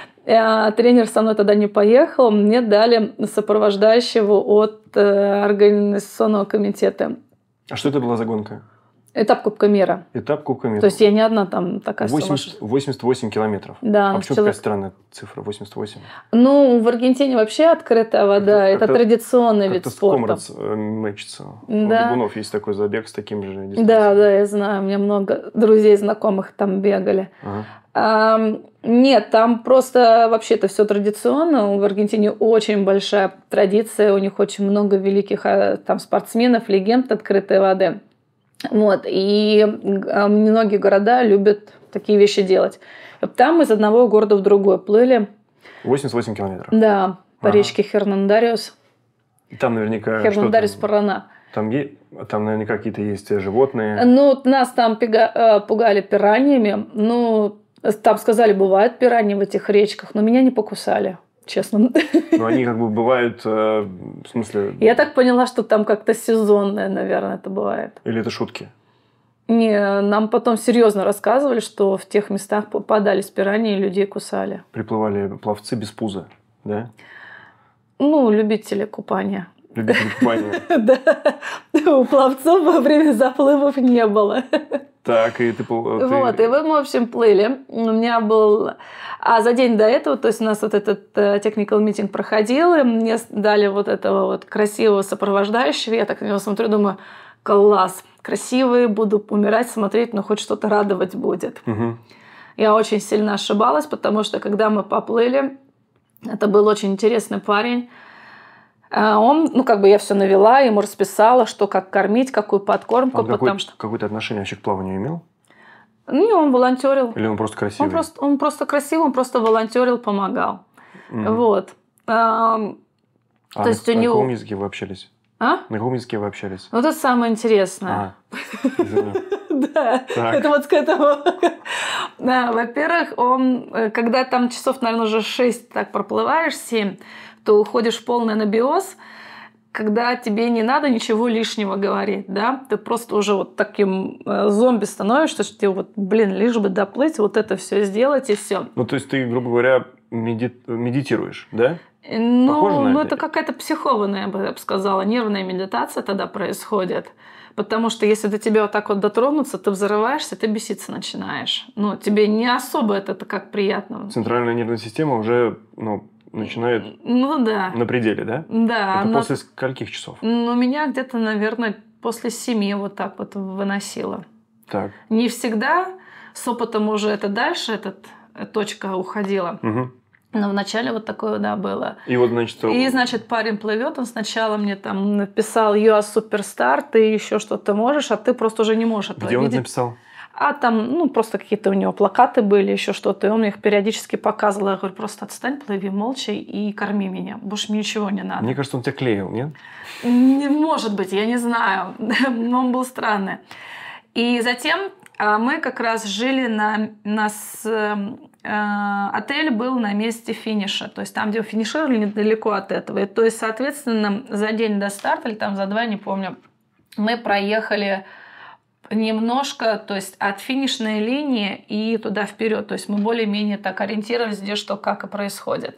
А тренер со мной тогда не поехал. Мне дали сопровождающего от организационного комитета. А что это была за гонка? Этап Кубка мира. Этап Кубка мира. То есть я не одна там такая восемьдесят, восемьдесят восемь километров. Да. А почему человек... такая странная цифра восемьдесят восемь? Ну, в Аргентине вообще открытая вода. Это, это традиционный вид спорта. Как-то мэчится. Да. У бегунов есть такой забег с таким же дистанцией. Да, да, я знаю. У меня много друзей, знакомых там бегали. Ага. А, нет, там просто вообще это все традиционно. В Аргентине очень большая традиция. У них очень много великих там спортсменов, легенд открытой воды. Вот, и многие города любят такие вещи делать. Там из одного города в другой плыли. восемьдесят восемь километров? Да, по ага. речке Хернандариус. И там наверняка... Хернандариус Парана. Там, е... там наверняка какие-то есть животные. Ну, нас там пига... пугали пираньями. Ну, там сказали, бывают пираньи в этих речках, но меня не покусали. Честно. Но они как бы бывают, в смысле... Я так поняла, что там как-то сезонное, наверное, это бывает. Или это шутки? Не, нам потом серьезно рассказывали, что в тех местах попадались пираньи и людей кусали. Приплывали пловцы без пуза, да? Ну, любители купания. Любители купания. Да. У пловцов во время заплывов не было. Так, и ты... Вот, и мы, в общем, плыли. У меня был... А за день до этого, то есть у нас вот этот technical meeting проходил, и мне дали вот этого вот красивого сопровождающего. Я так на него смотрю, думаю, класс, красивый, буду умирать, смотреть, но хоть что-то радовать будет. Угу. Я очень сильно ошибалась, потому что, когда мы поплыли, это был очень интересный парень. Он, ну, как бы я все навела, ему расписала, что как кормить, какую подкормку. Он потому какой, что... какое-то отношение вообще к плаванию имел? Не, он волонтерил. Или он просто красивый? Он просто, он просто красивый, он просто волонтерил, помогал. Mm. Вот. А, а то есть на, у на него... каком языке вы общались? А? На каком языке вы общались? Вот это самое интересное. Да, это вот к этому. Во-первых, он, когда там часов, наверное, уже шесть так проплываешь, семь, то уходишь в полный анабиоз, когда тебе не надо ничего лишнего говорить, да, ты просто уже вот таким зомби становишься, что тебе вот, блин, лишь бы доплыть, вот это все сделать и все. Ну, то есть ты, грубо говоря, меди... медитируешь, да? Ну, Похоже на ну это? это какая-то психованная, я бы сказала, нервная медитация тогда происходит. Потому что если до тебя вот так вот дотронуться, ты взрываешься, ты беситься начинаешь. Ну, тебе не особо это как приятно. Центральная нервная система уже, ну, начинает ну, да. на пределе, да? Да. Это она... после скольких часов? Ну, меня где-то, наверное, после семи вот так вот выносило. Так. Не всегда. С опытом уже это дальше, эта точка уходила. Угу. Но вначале вот такое, да, было. И вот, значит... И, значит, парень плывет, он сначала мне там написал «You are superstar», ты еще что-то можешь, а ты просто уже не можешь этого Где он видеть. это написал? А там, ну, просто какие-то у него плакаты были, еще что-то, и он мне их периодически показывал. Я говорю, просто отстань, плыви молча и корми меня, больше мне ничего не надо. Мне кажется, он тебя клеил, нет? Не может быть, я не знаю, но он был странный. И затем мы как раз жили на... Нас, отель был на месте финиша, то есть там, где финишировали, недалеко от этого. И, то есть, соответственно, за день до старта, или там за два, не помню, мы проехали немножко, то есть от финишной линии и туда вперед. То есть мы более-менее так ориентировались, где что, как и происходит.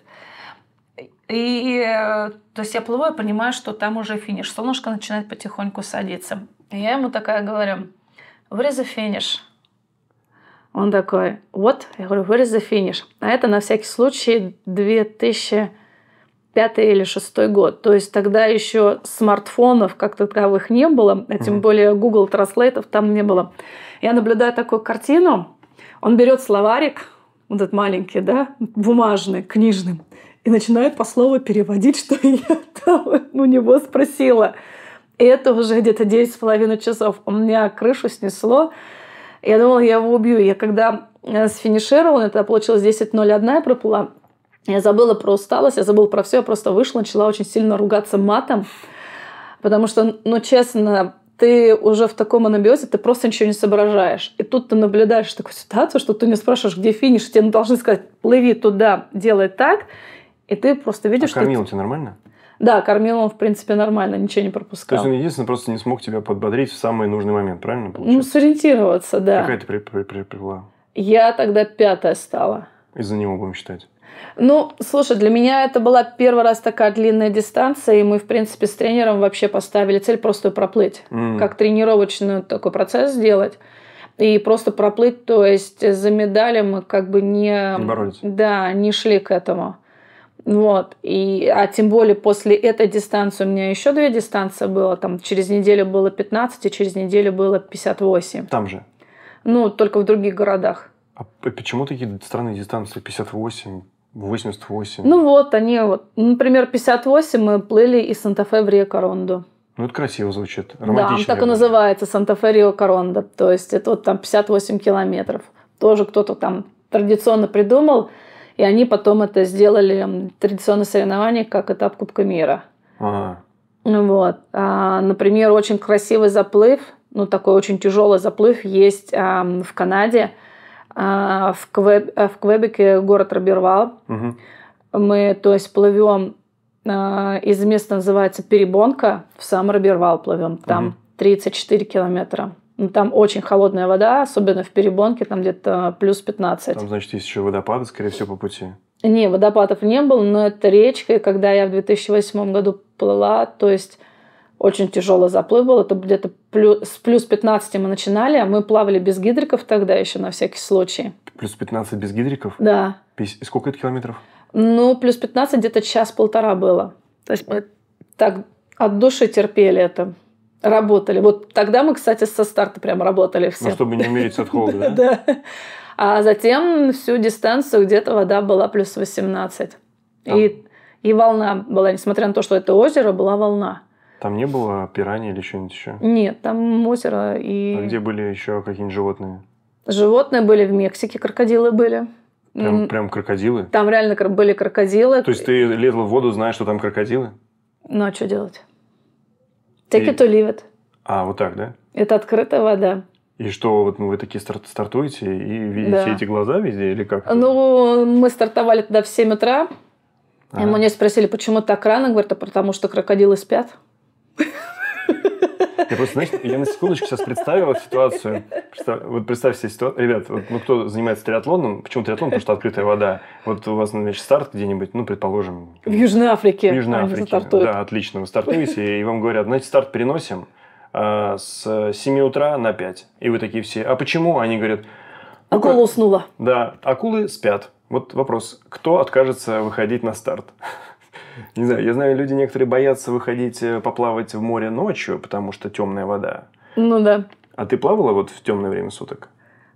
И то есть я плыву и понимаю, что там уже финиш. Солнышко начинает потихоньку садиться. И я ему такая говорю, where is the finish? Он такой, вот, я говорю, where is the finish? А это на всякий случай две тысячи пятый или шестой год. То есть тогда еще смартфонов как таковых не было, а тем более Google Translate там не было. Я наблюдаю такую картину. Он берет словарик, вот этот маленький, да, бумажный, книжный, и начинает по слову переводить, что я там у него спросила. И это уже где-то девять с половиной часов. У меня крышу снесло. Я думала, я его убью. Я когда сфинишировала, это получилось десять ноль один, я проплыла. Я забыла про усталость, я забыла про все. Я просто вышла, начала очень сильно ругаться матом. Потому что, ну, честно, ты уже в таком анабиозе, ты просто ничего не соображаешь. И тут ты наблюдаешь такую ситуацию, что ты не спрашиваешь, где финиш. Тебе должны сказать, плыви туда, делай так. И ты просто видишь, а кормил что... он тебя нормально? Да, кормил он, в принципе, нормально, ничего не пропускал. То есть он единственное просто не смог тебя подбодрить в самый нужный момент, правильно получается? Ну, сориентироваться, да. Какая ты приплыла? Я тогда пятая стала. Из-за него будем считать? Ну, слушай, для меня это была первый раз такая длинная дистанция, и мы, в принципе, с тренером вообще поставили цель просто проплыть. Mm. Как тренировочный такой процесс сделать. И просто проплыть, то есть за медали мы как бы не... Не боролись. Да, не шли к этому. Вот. И, а тем более после этой дистанции у меня еще две дистанции было. Там через неделю было пятнадцать, и через неделю было пятьдесят восемь. Там же? Ну, только в других городах. А почему такие странные дистанции? пятьдесят восемь, восемьдесят восемь? Ну вот, они вот... Например, пятьдесят восемь мы плыли из Санта-Фе в Рио-Коронду. Ну, это красиво звучит. Романтично. Да, так и называется Санта-Фе Рио-Коронда. То есть это вот там пятьдесят восемь километров. Тоже кто-то там традиционно придумал. И они потом это сделали традиционное соревнование, как этап Кубка мира. Ага. Вот. А, например, очень красивый заплыв, ну такой очень тяжелый заплыв есть а, в Канаде, а, в, Квеб... в Квебеке город Робервал. Угу. Мы, то есть, плывем а, из места, называется Перебонка, в сам Робервал плывем. Там угу. тридцать четыре километра. Там очень холодная вода, особенно в Перебонке, там где-то плюс пятнадцать. Там, значит, есть еще водопады, скорее всего, по пути. Не, водопадов не было, но это речка. И когда я в две тысячи восьмом году плыла, то есть очень тяжелый заплыв был. Это где-то плюс, с плюс пятнадцати мы начинали, а мы плавали без гидриков тогда еще на всякий случай. Плюс пятнадцать без гидриков? Да. И сколько это километров? Ну, плюс пятнадцать где-то час-полтора было. То есть мы так от души терпели это. Работали. Вот тогда мы, кстати, со старта прям работали все. Ну, чтобы не умереть от холода, да? Да. А затем всю дистанцию где-то вода была плюс восемнадцать. И, и волна была, несмотря на то, что это озеро, была волна. Там не было пираний или что-нибудь еще? Нет, там озеро и... А где были еще какие-нибудь животные? Животные были в Мексике, крокодилы были. Прям, прям крокодилы? Там реально были крокодилы. То есть ты лезла в воду, зная, что там крокодилы? Ну, а что делать? Take it or leave it. А, вот так, да? Это открытая вода. И что, вот вы такие старт стартуете и видите да. эти глаза везде или как? Ну, мы стартовали тогда в семь утра. А. И мы не спросили, почему так рано. Говорят, а потому что крокодилы спят. Я просто, знаешь, я на секундочку сейчас представила ситуацию. Представь, вот представь себе ситуацию. Ребят, вот, ну, кто занимается триатлоном, почему триатлон? Потому что открытая вода. Вот у вас, значит, старт где-нибудь, ну, предположим... В Южной Африке. В Южной Африке, да, отлично. Вы стартуете, и вам говорят, значит, старт переносим а, с семи утра на пять. И вы такие все, а почему? Они говорят... Ну, акула как... уснула. Да, акулы спят. Вот вопрос, кто откажется выходить на старт? Не знаю, я знаю, люди некоторые боятся выходить поплавать в море ночью, потому что темная вода. Ну да. А ты плавала вот в темное время суток?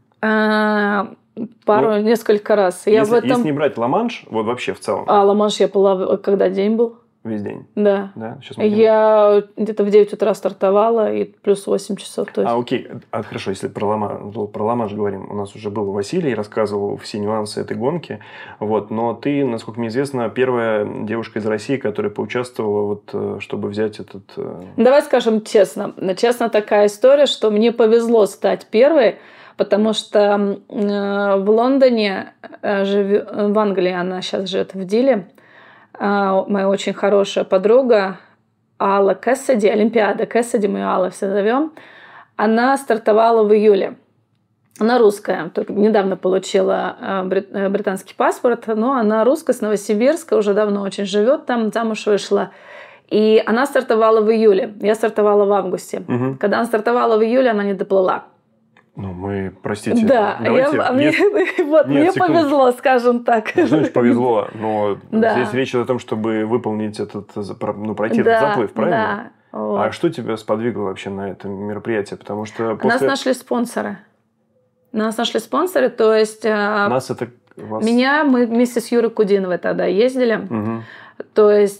А, пару, ну, несколько раз. Я если, в этом... если не брать Ла-Манш, вот вообще в целом. А, Ла-Манш я плавала, когда день был? Весь день? Да. да? Сейчас я где-то в девять утра стартовала и плюс восемь часов. То есть. А, окей. А, хорошо, если про Ла-Манш, про Ла-Манш говорим. У нас уже был Василий, рассказывал все нюансы этой гонки. Вот. Но ты, насколько мне известно, первая девушка из России, которая поучаствовала, вот, чтобы взять этот... Давай скажем честно. Честно, такая история, что мне повезло стать первой, потому что в Лондоне, в Англии, она сейчас живет в Диле, моя очень хорошая подруга Алла Кэссиди, Олимпиада Кэссиди, мы ее Алла все зовем, она стартовала в июле. Она русская, только недавно получила британский паспорт, но она русская, с Новосибирска, уже давно очень живет там, замуж вышла. И она стартовала в июле, я стартовала в августе. Угу. Когда она стартовала в июле, она не доплыла. Ну, мы, простите, да, давайте... Я, нет, мне, вот, нет, мне повезло, скажем так. Значит, повезло, но да. Здесь речь идет о том, чтобы выполнить этот, ну, пройти да, этот заплыв, правильно? Да. Вот. А что тебя сподвигло вообще на это мероприятие? Потому что после... Нас нашли спонсоры. Нас нашли спонсоры, то есть... Нас это... Вас... Меня, мы вместе с Юрой Кудиновой тогда ездили. Угу. То есть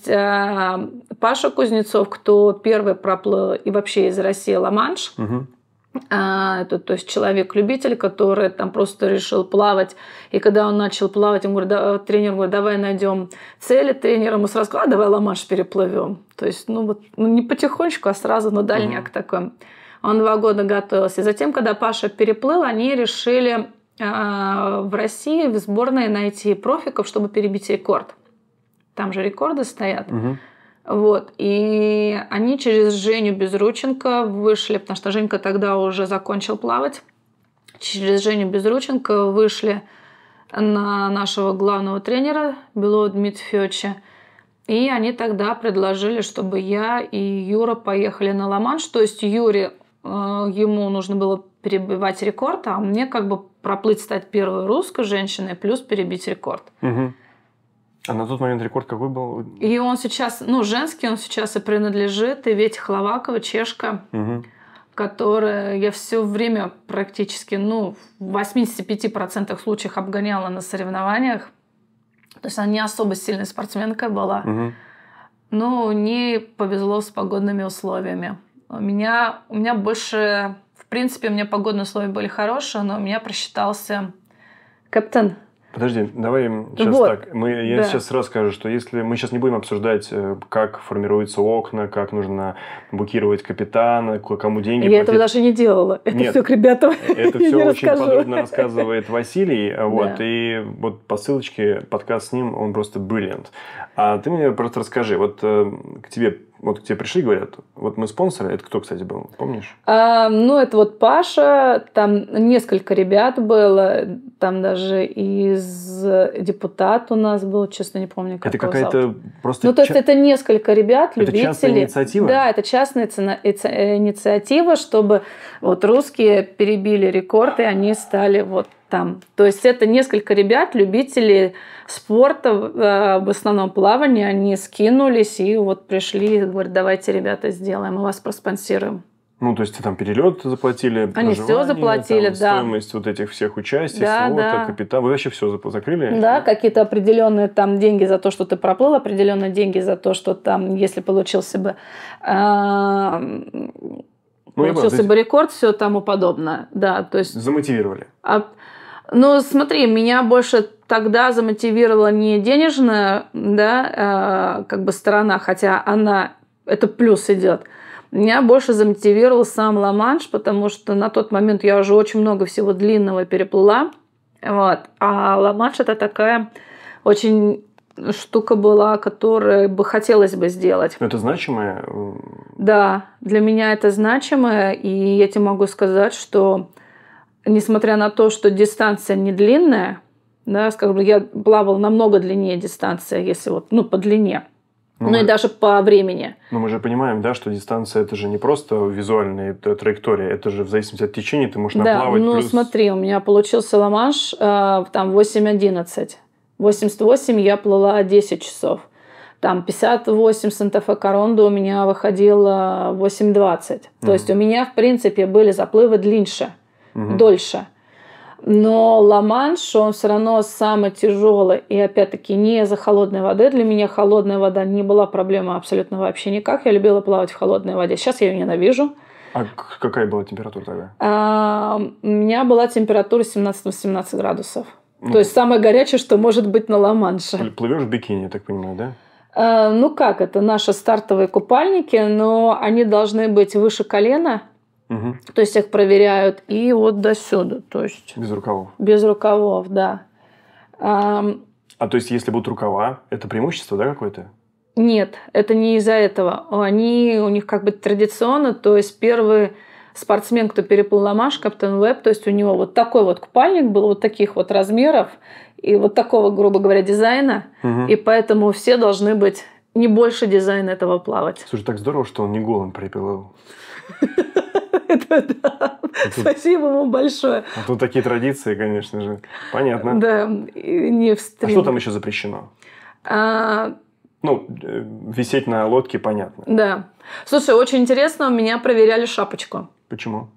Паша Кузнецов, кто первый проплыл и вообще из России Ла-Манш, угу. А, это, то есть человек-любитель, который там просто решил плавать. И когда он начал плавать, он говорит, да, тренер говорит, давай найдем цели. Тренер ему сразу сказал, а давай Ла-Манш переплывем. То есть, ну вот, ну, не потихонечку, а сразу на дальняк uh-huh. такой. Он два года готовился. И затем, когда Паша переплыл, они решили а, в России в сборной найти профиков, чтобы перебить рекорд. Там же рекорды стоят. Uh-huh. Вот. И они через Женю Безрученко вышли, потому что Женька тогда уже закончил плавать. Через Женю Безрученко вышли на нашего главного тренера Белова Дмитрия Федоровича. И они тогда предложили, чтобы я и Юра поехали на Ла-Манш. То есть Юре, э, ему нужно было перебивать рекорд, а мне как бы проплыть, стать первой русской женщиной, плюс перебить рекорд. Угу. А на тот момент рекорд какой был? И он сейчас, ну, женский, он сейчас и принадлежит Ивете Хловакова, чешка, угу. которая я все время практически, ну, в восьмидесяти пяти процентах случаев обгоняла на соревнованиях. То есть она не особо сильная спортсменка была. Угу. Но не повезло с погодными условиями. У меня, у меня больше... В принципе, у меня погодные условия были хорошие, но у меня просчитался капитан. Подожди, давай сейчас вот. так. Мы, я да. сейчас сразу скажу, что если мы сейчас не будем обсуждать, как формируются окна, как нужно букировать капитана, кому деньги я платить. Этого даже не делала. Это Нет, все к ребятам. Это все очень расскажу. подробно рассказывает Василий. Вот, да. И вот по ссылочке подкаст с ним, он просто brilliant. А ты мне просто расскажи, вот к тебе Вот к тебе пришли, говорят, вот мы спонсоры. Это кто, кстати, был, помнишь? А, ну, это вот Паша, там несколько ребят было, там даже из депутат у нас был, честно, не помню, как это какая-то зовут. Просто... Ну, то есть, ча... это несколько ребят, это любителей. Это частная инициатива? Да, это частная инициатива, чтобы вот русские перебили рекорд, и они стали вот там. То есть, это несколько ребят, любителей спорта, в основном плавания, они скинулись и вот пришли, говорят, давайте, ребята, сделаем, мы вас проспонсируем. Ну, то есть, там перелет заплатили, они все заплатили, там, да. Стоимость вот этих всех участий, да, слота, да. капитал. Вы вообще все закрыли? Да, какие-то определенные там деньги за то, что ты проплыл, определенные деньги за то, что там, если получился бы, э, ну, получился бы рекорд, все тому подобное. Да, то есть... Замотивировали. А, ну, смотри, меня больше тогда замотивировала не денежная, да, э, как бы сторона, хотя она, это плюс идет. Меня больше замотивировал сам Ла-Манш, потому что на тот момент я уже очень много всего длинного переплыла. Вот. А Ла-Манш – это такая очень штука была, которую бы хотелось бы сделать. Это значимое? Да, для меня это значимое. И я тебе могу сказать, что несмотря на то, что дистанция не длинная, да, скажем, я плавала намного длиннее дистанции, если вот, ну, по длине. Ну, ну мы, и даже по времени. Но мы же понимаем, да, что дистанция – это же не просто визуальная траектория, это же в зависимости от течения ты можешь да, наплавать. Ну, плюс... смотри, у меня получился Ла-Манш э, там восемь одиннадцать. восемьдесят восемь я плыла десять часов. Там пятьдесят восемь Санта-Фе Коронду у меня выходило восемь двадцать. Mm-hmm. То есть у меня, в принципе, были заплывы длиннее, mm-hmm. дольше. Но Ла-Манш, он все равно самый тяжелый. И опять-таки не из-за холодной воды. Для меня холодная вода не была проблема абсолютно вообще никак. Я любила плавать в холодной воде. Сейчас я ее ненавижу. А какая была температура тогда? А, у меня была температура семнадцать-восемнадцать градусов. Ну, то есть самое горячее, что может быть на Ла-Манше. Плывешь в бикини, я так понимаю, да? А, ну как, это наши стартовые купальники, но они должны быть выше колена. Угу. То есть их проверяют и вот до сюда. То есть без рукавов. Без рукавов, да. А, а то есть, если будут рукава, это преимущество, да, какое-то? Нет, это не из-за этого. Они, у них как бы традиционно, то есть первый спортсмен, кто переплыл Ла-Манш, капитан Уэбб, то есть у него вот такой вот купальник был, вот таких вот размеров и вот такого, грубо говоря, дизайна. Угу. И поэтому все должны быть не больше дизайна этого плавать. Слушай, так здорово, что он не голым переплыл. Это да. Спасибо ему большое. А тут такие традиции, конечно же. Понятно. Да, не в стрим. А что там еще запрещено? А... Ну, висеть на лодке, понятно. Да. Слушай, очень интересно, у меня проверяли шапочку. Почему?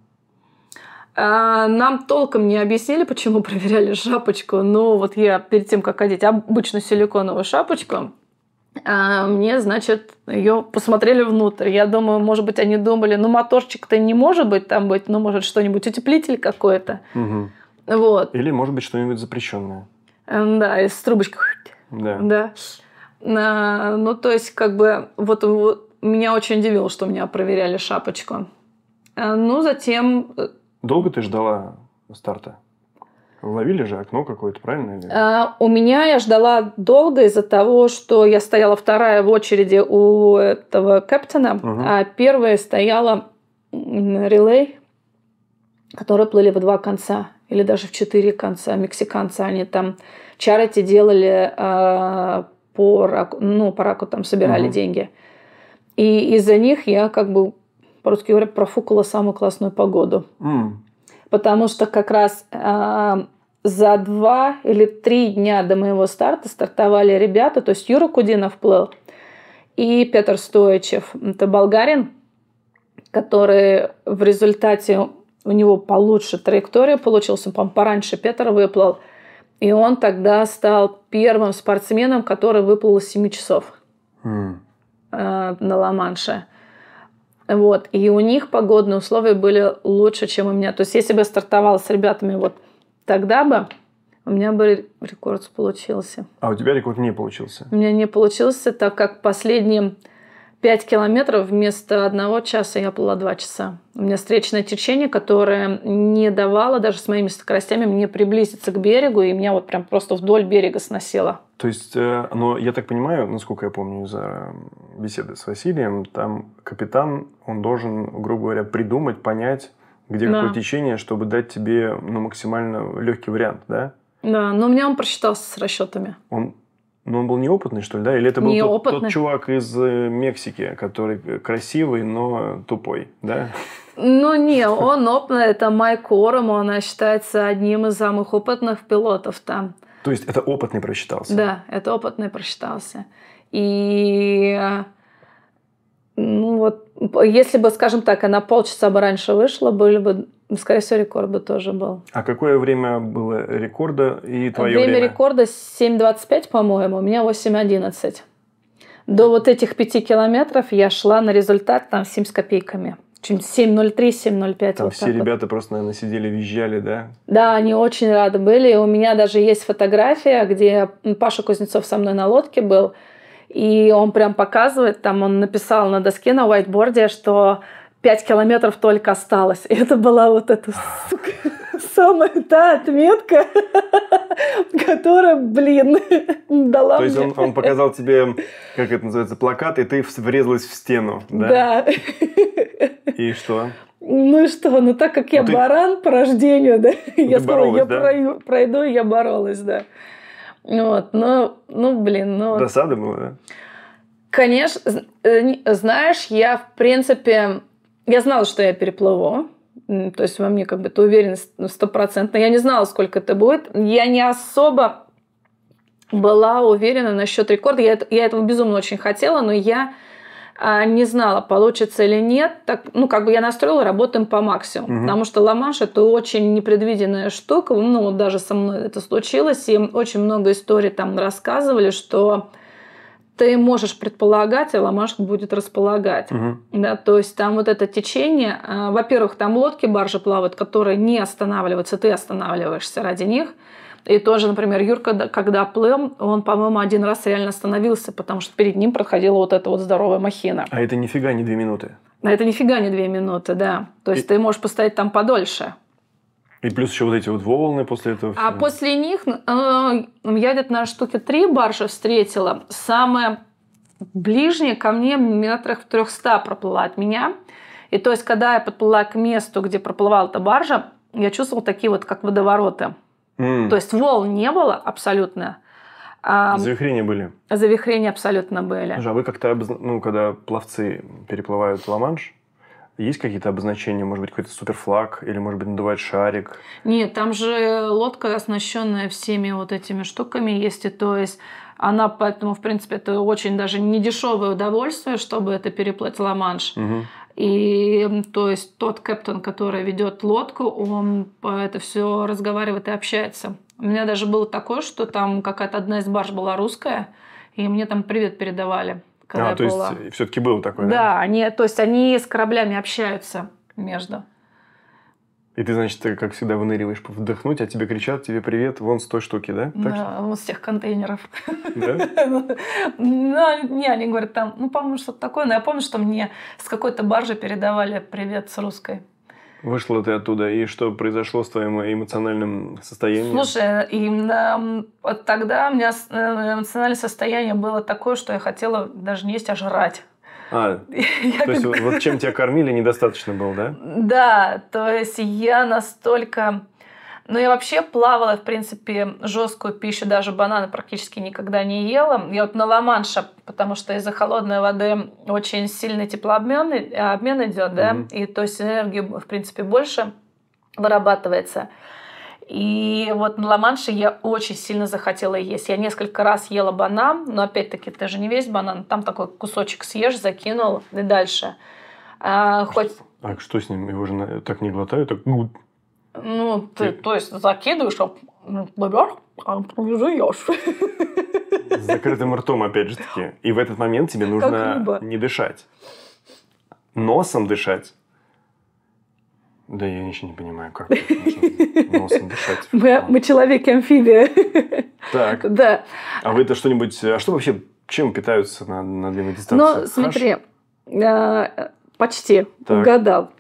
А, нам толком не объяснили, почему проверяли шапочку. Но вот я перед тем, как одеть обычную силиконовую шапочку, А мне, значит, ее посмотрели внутрь. Я думаю, может быть, они думали, ну, моторчик-то не может быть там быть, ну, может, что-нибудь, утеплитель какой-то. Угу. Вот. Или, может быть, что-нибудь запрещенное. Да, из трубочки. Да. Да. А, ну, то есть, как бы, вот, вот меня очень удивило, что меня проверяли шапочку. А, ну, затем... Долго ты ждала старта? Ловили же окно какое-то, правильно? Или... А, у меня я ждала долго из-за того, что я стояла вторая в очереди у этого капитана, угу. а первая стояла релей, которые плыли в два конца. или даже в четыре конца. Мексиканцы, они там чарити делали э, по раку, ну, по раку там собирали угу. деньги. И из-за них я как бы, по-русски говоря, профукала самую классную погоду. Mm. Потому что как раз э, за два или три дня до моего старта стартовали ребята, то есть Юра Кудинов плыл и Петр Стоичев. Это болгарин, который в результате, у него получше траектория получилась, он, по-моему, пораньше Петр выплыл. И он тогда стал первым спортсменом, который выплыл из семи часов mm. э, на Ла-Манше. Вот. И у них погодные условия были лучше, чем у меня. То есть, если бы я стартовала с ребятами вот тогда бы, у меня бы рекорд получился. А у тебя рекорд не получился? У меня не получился, так как последние пять километров вместо одного часа я плыла два часа. У меня встречное течение, которое не давало даже с моими скоростями мне приблизиться к берегу, и меня вот прям просто вдоль берега сносило. То есть, ну, я так понимаю, насколько я помню из беседы с Василием, там капитан, он должен, грубо говоря, придумать, понять, где да. какое течение, чтобы дать тебе ну, максимально легкий вариант, да? Да, но у меня он просчитался с расчетами. Он, ну, он был неопытный, что ли, да? Или это был тот, тот чувак из Мексики, который красивый, но тупой, да? Ну, не, он опытный. Это Майк Ором, он считается одним из самых опытных пилотов там. То есть, это опытный просчитался? Да, это опытный просчитался. И, ну, вот, если бы, скажем так, она полчаса бы раньше вышла, были бы, скорее всего, рекорд бы тоже был. А какое время было рекорда и твое время? Время рекорда семь двадцать пять, по-моему, у меня восемь одиннадцать. До вот этих пяти километров я шла на результат там семь с копейками. семь ноль три, семь ноль пять. Там вот все ребята вот. Просто, наверное, сидели, визжали, да? Да, они очень рады были. У меня даже есть фотография, где Паша Кузнецов со мной на лодке был. И он прям показывает, там он написал на доске, на уайтборде, что пять километров только осталось. И это была вот эта, сука, самая та отметка, которая, блин, дала То мне... есть он, он показал тебе, как это называется, плакат, и ты врезалась в стену, да? Да. И что? Ну и что? Ну так как я ну, баран ты... по рождению, да, ну, я сказала, боролась, я да? пройду, пройду, и я боролась, да. Вот, ну, ну, блин, ну... Досада была, да? Конечно, знаешь, я, в принципе, я знала, что я переплыву. То есть во мне как бы эта уверенность стопроцентная. Я не знала, сколько это будет. Я не особо была уверена насчет рекорда. Я, я этого безумно очень хотела, но я а, не знала, получится или нет. Так, ну, как бы я настроила, работаем по максимуму. Угу. Потому что Ла-Манш – это очень непредвиденная штука. Ну, вот даже со мной это случилось. И очень много историй там рассказывали, что ты можешь предполагать, а Ла-Манш будет располагать. Угу. Да, то есть там вот это течение, э, во-первых, там лодки, баржи плавают, которые не останавливаются, ты останавливаешься ради них. И тоже, например, Юрка, когда плыл, он, по-моему, один раз реально остановился, потому что перед ним проходила вот эта вот здоровая махина. А это нифига не две минуты? А это нифига не две минуты, да. То есть и... ты можешь постоять там подольше. И плюс еще вот эти вот волны после этого. А после них э, я где-то на штуке три баржи встретила. Самая ближняя ко мне метрах в трехста проплыла от меня. И то есть, когда я подплыла к месту, где проплывала эта баржа, я чувствовала такие вот, как водовороты. Mm. То есть волн не было абсолютно. А завихрения были? Завихрения абсолютно были. А вы как-то, ну, когда пловцы переплывают Ла-Манш, есть какие-то обозначения, может быть, какой-то суперфлаг, или, может быть, надувает шарик? Нет, там же лодка, оснащенная всеми вот этими штуками есть, и то есть она, поэтому, в принципе, это очень даже не дешевое удовольствие, чтобы это переплыть Ла-Манш. Угу. И то есть тот капитан, который ведет лодку, он это все разговаривает и общается. У меня даже было такое, что там какая-то одна из барж была русская, и мне там привет передавали. А, то была. Есть все-таки было такое, да? Да, они, то есть они с кораблями общаются между. И ты, значит, ты, как всегда, выныриваешь вдохнуть, а тебе кричат, тебе привет, вон с той штуки, да? Так да, что... вон с тех контейнеров. Да? Ну, не, они говорят там, ну, по-моему, что-то такое, но я помню, что мне с какой-то баржи передавали привет с русской. Вышла ты оттуда, и что произошло с твоим эмоциональным состоянием? Слушай, и вот тогда у меня эмоциональное состояние было такое, что я хотела даже не есть, а жрать. А, я то есть как... вот чем тебя кормили, недостаточно было, да? Да, то есть я настолько... Ну, я вообще плавала, в принципе, жесткую пищу, даже бананы практически никогда не ела. Я вот на Ла-Манше, потому что из-за холодной воды очень сильный теплообмен обмен идет, да, mm-hmm. и то есть энергии, в принципе, больше вырабатывается. И вот на Ла-Манше я очень сильно захотела есть. Я несколько раз ела банан, но опять-таки ты же не весь банан, там такой кусочек съешь, закинул и дальше. А, хоть... а что с ним? Его же так не глотают? Так... Ну, ты, то есть, закидываешь, а берешь, а жуешь. С закрытым ртом, опять же таки. И в этот момент тебе нужно не дышать. Носом дышать. Да я ничего не понимаю, как носом дышать. Мы, мы человеки-амфибия. Так. Да. А вы это что-нибудь... А что вообще... Чем питаются на, на длинной дистанции? Ну, смотри. А, почти. Так. Угадал.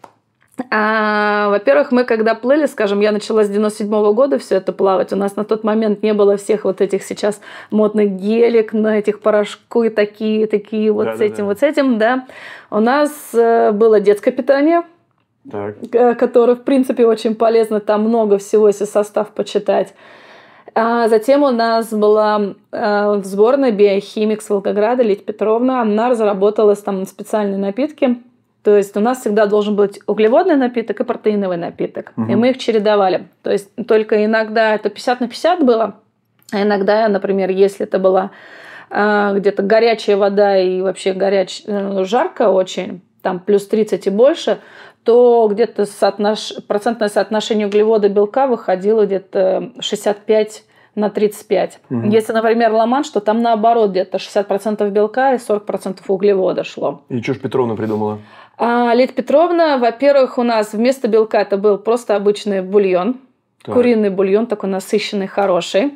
А, во-первых, мы когда плыли, скажем, я начала с девяносто седьмого года все это плавать, у нас на тот момент не было всех вот этих сейчас модных гелик, на этих порошку и такие, такие вот да, с да, этим, да. вот с этим, да. У нас было детское питание, так. которое, в принципе, очень полезно, там много всего, если состав почитать. А затем у нас была э, в сборной биохимик с Волгограда Лидия Петровна, она разработала там специальные напитки. То есть у нас всегда должен быть углеводный напиток и протеиновый напиток. Угу. И мы их чередовали. То есть только иногда это пятьдесят на пятьдесят было, а иногда, например, если это была э, где-то горячая вода и вообще горяч... э, жарко очень, там плюс тридцать и больше, то где-то соотнош... процентное соотношение углевода белка выходило где-то шестьдесят пять на тридцать пять. Угу. Если, например, Ла-Манш, то там наоборот где-то шестьдесят процентов белка и сорок процентов углевода шло. И что ж Петровна придумала? А, Лидия Петровна, во-первых, у нас вместо белка это был просто обычный бульон. Так. Куриный бульон, такой насыщенный, хороший.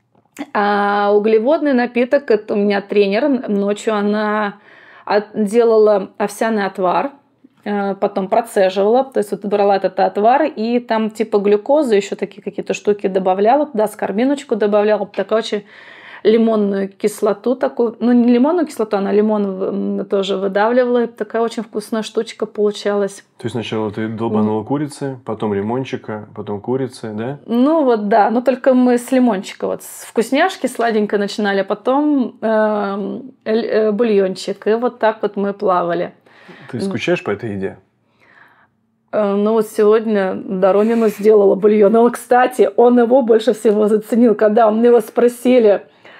А углеводный напиток, это у меня тренер. Ночью она делала овсяный отвар, потом процеживала. То есть вот брала этот отвар и там типа глюкозы, еще такие какие-то штуки добавляла туда, скорбиночку добавляла. Такая очень... лимонную кислоту такую, ну не лимонную кислоту, она лимон тоже выдавливала, и такая очень вкусная штучка получалась. То есть сначала ты долбанула mm. курицы, потом лимончика, потом курицы, да? Ну вот да, но только мы с лимончика, вот с вкусняшки сладенько начинали, а потом э, э, бульончик, и вот так вот мы плавали. Ты скучаешь по этой еде? Ну вот сегодня Доронина сделала бульон. Он, кстати, он его больше всего заценил, когда у него спросили,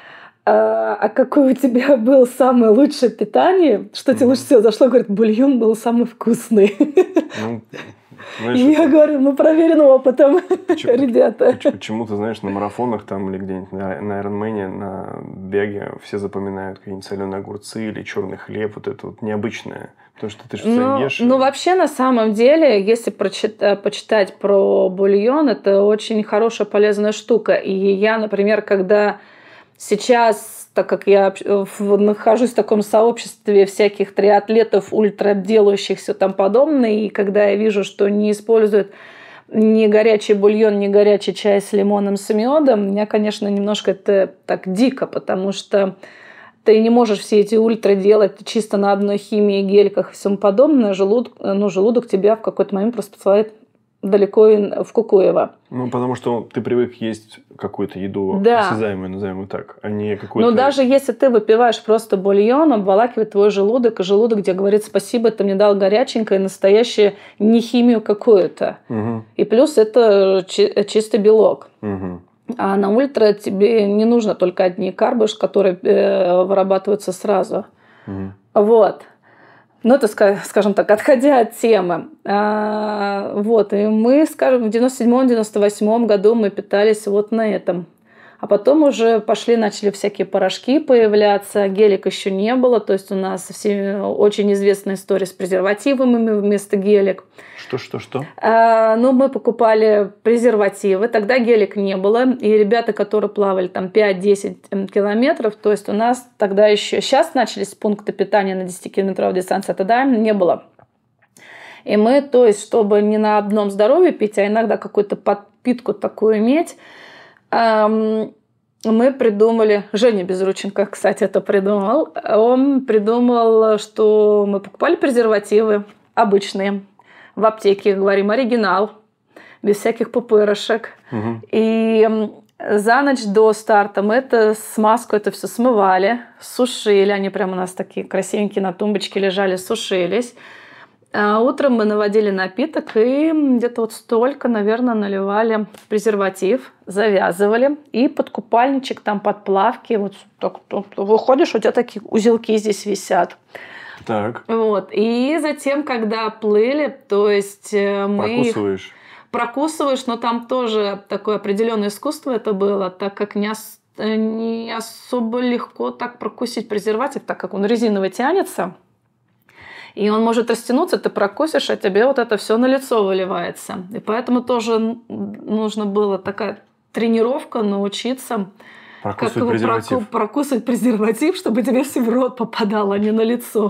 а какое у тебя было самое лучшее питание? Что тебе mm-hmm. лучше всего зашло? Говорит, бульон был самый вкусный. Ну, знаешь, и я это... говорю, ну проверенным опытом, почему, ребята. Почему-то, знаешь, на марафонах там или где-нибудь на, на Ironman, на беге все запоминают какие-нибудь соленые огурцы или черный хлеб, вот это вот необычное. Потому что ты что-то ну, ешь. Ну, вообще, на самом деле, если прочитать, почитать про бульон, это очень хорошая, полезная штука. И я, например, когда сейчас, так как я нахожусь в таком сообществе всяких триатлетов, ультраделающих, все там подобное, и когда я вижу, что не используют ни горячий бульон, ни горячий чай с лимоном, с медом, меня, конечно, немножко это так дико, потому что ты не можешь все эти ультра делать чисто на одной химии, гельках и всем подобное. Желудок, ну, желудок тебя в какой-то момент просто посылает далеко в Кукуево. Ну, потому что ты привык есть какую-то еду да. осязаемую, назовем ее так, а не какую-то... Ну, даже если ты выпиваешь просто бульон, обволакивает твой желудок, и желудок, где говорит спасибо, ты мне дал горяченькое, настоящее, не химию какую-то. Угу. И плюс это чи- чистый белок. Угу. А на ультра тебе не нужно только одни карбы, которые э, вырабатываются сразу. Mm. Вот. Ну, это, скажем так, отходя от темы. А, вот. И мы, скажем, в девяносто седьмом - девяносто восьмом году мы питались вот на этом. А потом уже пошли, начали всякие порошки появляться, гелик еще не было. То есть у нас все очень известная история с презервативами вместо гелик. Что, что, что? А, ну, мы покупали презервативы, тогда гелик не было. И ребята, которые плавали там пять-десять километров, то есть у нас тогда еще... Сейчас начались пункты питания на десятикилометровой дистанции, а тогда не было. И мы, то есть, чтобы не на одном здоровье пить, а иногда какую-то подпитку такую иметь, мы придумали, Женя Безрученко, кстати, это придумал, он придумал, что мы покупали презервативы обычные в аптеке, говорим, оригинал, без всяких пупырышек. Угу. И за ночь до старта мы это смазку это все смывали, сушили. Они прямо у нас такие красивенькие на тумбочке лежали, сушились. А утром мы наводили напиток и где-то вот столько, наверное, наливали презерватив, завязывали. И под купальничек, там под плавки, вот так, выходишь, у тебя такие узелки здесь висят. Так. Вот. И затем, когда плыли, то есть мы... Прокусываешь. Прокусываешь, но там тоже такое определенное искусство это было, так как не, ос... не особо легко так прокусить презерватив, так как он резиновый тянется. И он может растянуться, ты прокусишь, а тебе вот это все на лицо выливается. И поэтому тоже нужно было такая тренировка, научиться прокусывать презерватив. прокусывать презерватив, чтобы тебе все в рот попадало, а не на лицо.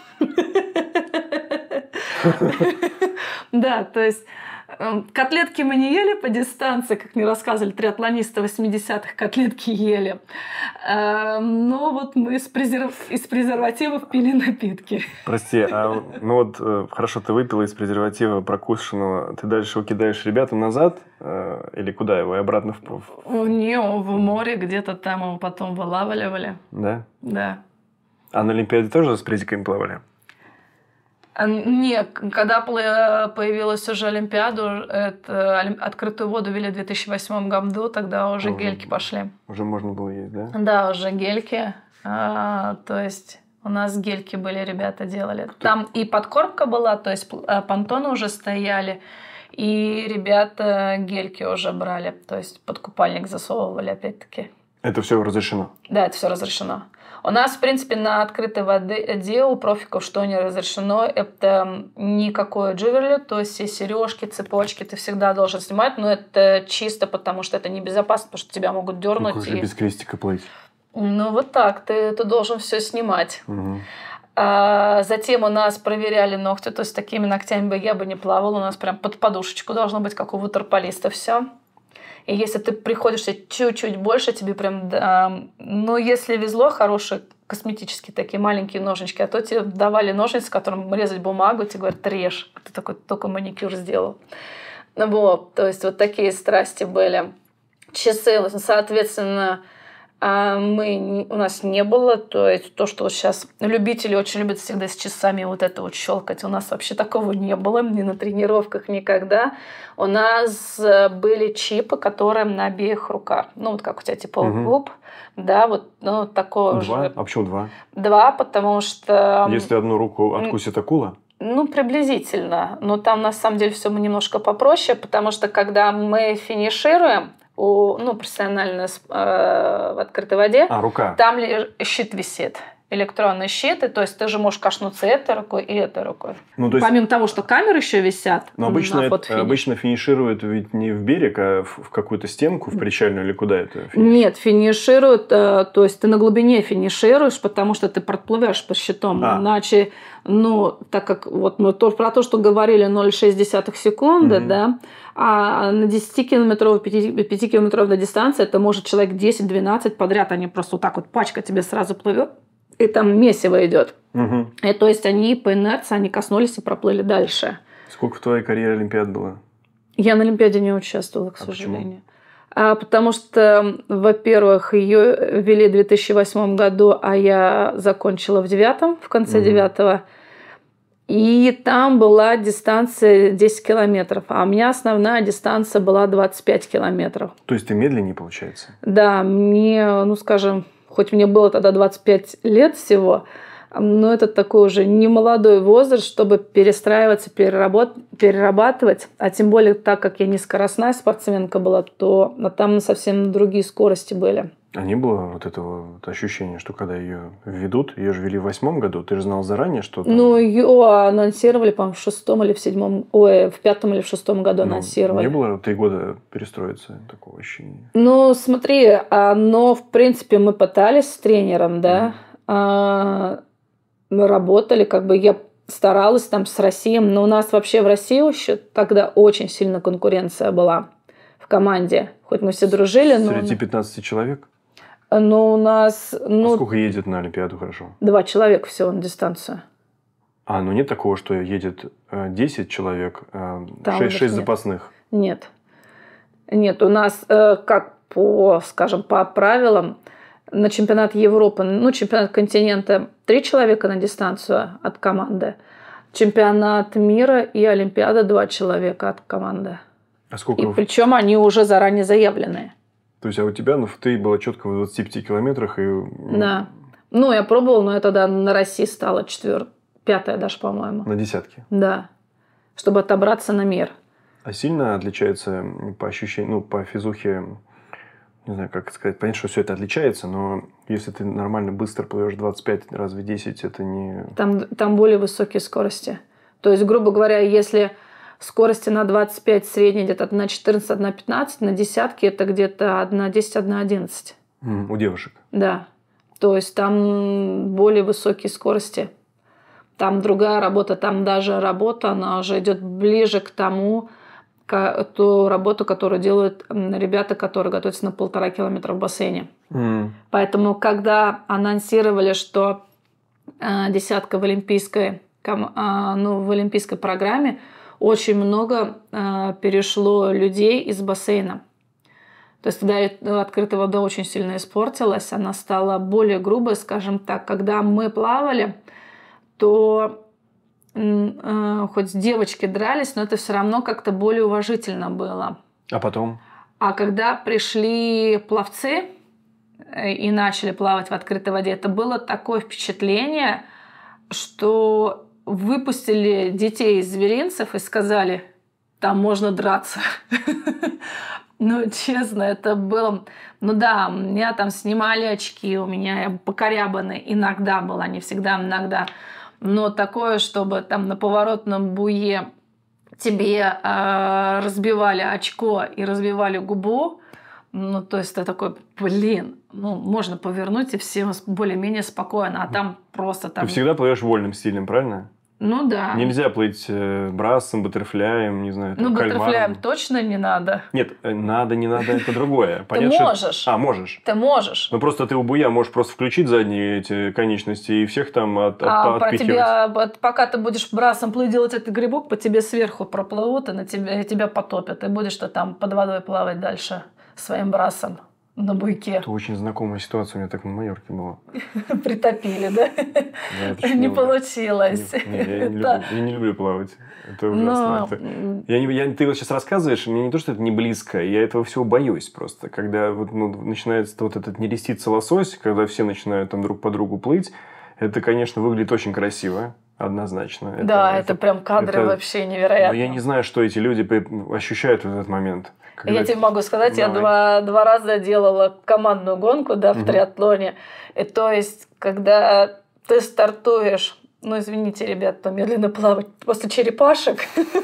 Да, то есть котлетки мы не ели по дистанции, как мне рассказывали триатлонисты восьмидесятых, котлетки ели. Но вот мы из, презерв... из презервативов пили напитки. Прости, а ну вот хорошо, ты выпила из презерватива прокушенного, ты дальше его кидаешь ребятам назад или куда его, и обратно в... Не, в море где-то там его потом вылавливали. Да? Да. А на Олимпиаде тоже с презиками плавали? Нет, когда появилась уже Олимпиаду, это, открытую воду ввели в две тысячи восьмом году, тогда уже, уже гельки пошли. Уже можно было есть, да? Да, уже гельки. А, то есть у нас гельки были, ребята делали. Кто? Там и подкормка была, то есть понтоны уже стояли, и ребята гельки уже брали, то есть под купальник засовывали опять-таки. Это все разрешено? Да, это все разрешено. У нас, в принципе, на открытой воде у профиков что не разрешено, это никакое джуверли, то есть все сережки, цепочки ты всегда должен снимать, но это чисто потому, что это небезопасно, потому что тебя могут дернуть. Как же и... без крестика плыть? Ну, вот так, ты, ты должен все снимать. Угу. А затем у нас проверяли ногти, то есть такими ногтями бы я бы не плавала, у нас прям под подушечку должно быть, как у ватерполиста, все. И если ты приходишь чуть-чуть больше, тебе прям... Да, ну, если везло, хорошие косметические такие маленькие ножнички, а то тебе давали ножницы, которым резать бумагу, тебе говорят, режь. Ты такой только маникюр сделал. Вот, то есть вот такие страсти были. Часы, соответственно, мы, у нас не было. То есть то, что вот сейчас любители очень любят всегда с часами вот это вот щелкать. У нас вообще такого не было ни на тренировках никогда. У нас были чипы, которые на обеих руках. Ну, вот как у тебя, типа угу. губ. Да, вот ну, такое два? же. А почему два? Два, потому что... Если одну руку откусит акула? Ну, приблизительно. Но там, на самом деле, все немножко попроще, потому что, когда мы финишируем, у, ну, профессионально э, в открытой воде, а, рука. Там щит висит. Электронный щит, и то есть ты же можешь коснуться этой рукой и этой рукой. Ну, то есть... Помимо того, что камеры еще висят. Но обычно, это, обычно финишируют ведь не в берег, а в какую-то стенку, в причальную или куда это? Финиш? Нет, финишируют, то есть ты на глубине финишируешь, потому что ты проплывешь по щитам. А. Иначе, ну, так как вот мы то, про то, что говорили ноль целых шесть десятых секунды, mm-hmm. да, а на десятикилометровой, пятикилометровой дистанции это может человек десять-двенадцать подряд, они просто вот так вот пачка тебе сразу плывет. И там месиво идет. Угу. И то есть они по инерции они коснулись и проплыли дальше. Сколько в твоей карьере Олимпиад было? Я на Олимпиаде не участвовала, к а сожалению. А, потому что, во-первых, ее ввели в две тысячи восьмом году, а я закончила в девятом, в конце девятого. Угу. И там была дистанция десять километров, а у меня основная дистанция была двадцать пять километров. То есть ты медленнее, получается? Да, мне, ну скажем... Хоть мне было тогда двадцать пять лет всего, но это такой уже немолодой возраст, чтобы перестраиваться, перерабатывать. А тем более, так как я не скоростная спортсменка была, то там совсем другие скорости были. А не было вот этого вот ощущения, что когда ее введут, ее же ввели в восьмом году, ты же знал заранее, что там... Ну, ее анонсировали, по-моему, в шестом или в седьмом, ой, в пятом или в шестом году ну, анонсировали. Не было три года перестроиться, такого ощущения? Ну, смотри, но, в принципе, мы пытались с тренером, да, mm. мы работали, как бы я старалась там с Россией, но у нас вообще в России еще тогда очень сильно конкуренция была в команде. Хоть мы все дружили, но... Среди пятнадцати человек? Ну, у нас... Ну, а сколько едет на Олимпиаду, хорошо? Два человека всего на дистанцию. А, ну нет такого, что едет десять человек, шесть запасных? Нет. Нет, у нас, э, как по, скажем, по правилам, на чемпионат Европы, ну, чемпионат континента три человека на дистанцию от команды, чемпионат мира и Олимпиада два человека от команды. А сколько? И причем они уже заранее заявленные. То есть, а у тебя, ну, ты была четко в двадцати пяти километрах и... Да. Ну, я пробовала, но я тогда на России стала четвертая, пятая даже, по-моему. На десятке? Да. Чтобы отобраться на мир. А сильно отличается по ощущениям, ну, по физухе, не знаю, как сказать, понятно, что все это отличается, но если ты нормально быстро плывешь двадцать пять, разве десять, это не... Там, там более высокие скорости. То есть, грубо говоря, если скорости на двадцать пять средние где-то одна четырнадцать, одна пятнадцать, на десятке это где-то одна десять, одна одиннадцать. Mm, у девушек? Да. То есть, там более высокие скорости. Там другая работа, там даже работа, она уже идет ближе к тому, ту работу, которую делают ребята, которые готовятся на полтора километра в бассейне. Mm. Поэтому, когда анонсировали, что э, десятка в олимпийской, э, ну, в олимпийской программе, очень много э, перешло людей из бассейна. То есть тогда открытая вода очень сильно испортилась, она стала более грубой, скажем так. Когда мы плавали, то хоть девочки дрались, но это все равно как-то более уважительно было. А потом? А когда пришли пловцы и начали плавать в открытой воде, это было такое впечатление, что выпустили детей из зверинцев и сказали, там можно драться. Ну, честно, это было... Ну да, у меня там снимали очки, у меня покорябаны иногда была, не всегда, иногда... Но такое, чтобы там на поворотном буе тебе э, разбивали очко и разбивали губу, ну, то есть ты такой, блин, ну, можно повернуть, и все более-менее спокойно, а там просто там... Ты всегда плывешь вольным стилем, правильно? Ну да. Нельзя плыть э, брасом, баттерфляем, не знаю, там, ну, кальмаром. баттерфляем точно не надо. Нет, надо, не надо, это другое. Ты можешь. А, можешь. Ты можешь. Ну, просто ты у буя можешь просто включить задние эти конечности и всех там от, а от, про отпихивать. тебя, пока ты будешь брасом плыть, делать этот грибок, по тебе сверху проплывут и на тебя, тебя потопят. И будешь ты там под водой плавать дальше своим брасом на буйке. Это очень знакомая ситуация у меня так на Майорке была. Притопили, да? Не получилось. Я не люблю плавать. Это ужасно. Ты вот сейчас рассказываешь, мне не то, что это не близко, я этого всего боюсь просто. Когда начинается вот этот нереститься лосось, когда все начинают там друг по другу плыть, это, конечно, выглядит очень красиво. Однозначно. Да, это, это прям кадры это, вообще невероятно. Но я не знаю, что эти люди ощущают в этот момент. Я тебе могу сказать, Давай. я два, два раза делала командную гонку, да, в угу. триатлоне. И то есть, когда ты стартуешь, ну, извините, ребят, кто медленно плавать, после черепашек,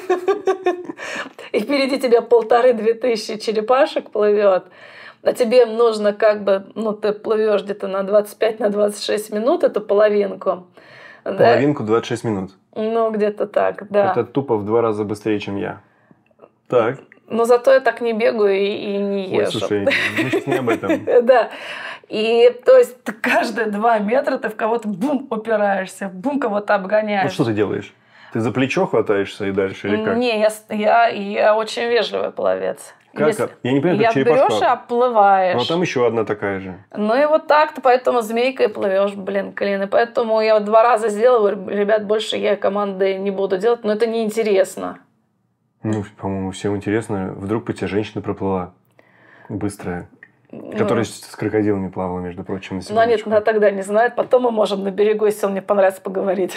и впереди тебя полторы-две тысячи черепашек плывет, а тебе нужно как бы, ну, ты плывешь где-то на двадцать пять на двадцать шесть минут эту половинку. Половинку да? двадцать шесть минут. Ну, где-то так, да. Это тупо в два раза быстрее, чем я. Так. Но зато я так не бегаю и, и не езжу. Ой, слушай, мы сейчас не об этом. Да. И, то есть, каждые два метра ты в кого-то бум упираешься, бум кого-то обгоняешь. Ну, что ты делаешь? Ты за плечо хватаешься и дальше или как? Не, я, я, я очень вежливый пловец. Как? Если я не понимаю, как черепашка. Берешь и оплываешь. Ну, там еще одна такая же. Ну, и вот так-то, поэтому змейкой плывешь, блин, Клин. И поэтому я вот два раза сделала, ребят, больше я команды не буду делать, но это неинтересно. Ну, по-моему, всем интересно. Вдруг по тебе женщина проплыла быстрая. Ну, которая с крокодилами плавала, между прочим, на Ну, нет, она тогда не знает. Потом мы можем на берегу, если мне понравится, поговорить.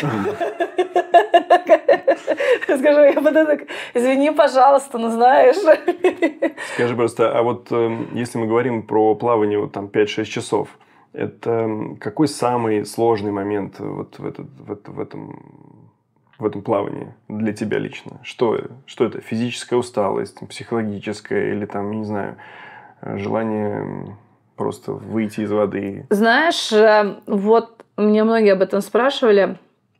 Скажу, я буду так, извини, пожалуйста, ну знаешь. Скажи просто, а вот если мы говорим про плавание вот там пять-шесть часов, это какой самый сложный момент вот в, этот, в, в этом... в этом плавании для тебя лично? Что, что это? Физическая усталость, психологическая или там, не знаю, желание просто выйти из воды? Знаешь, вот мне многие об этом спрашивали.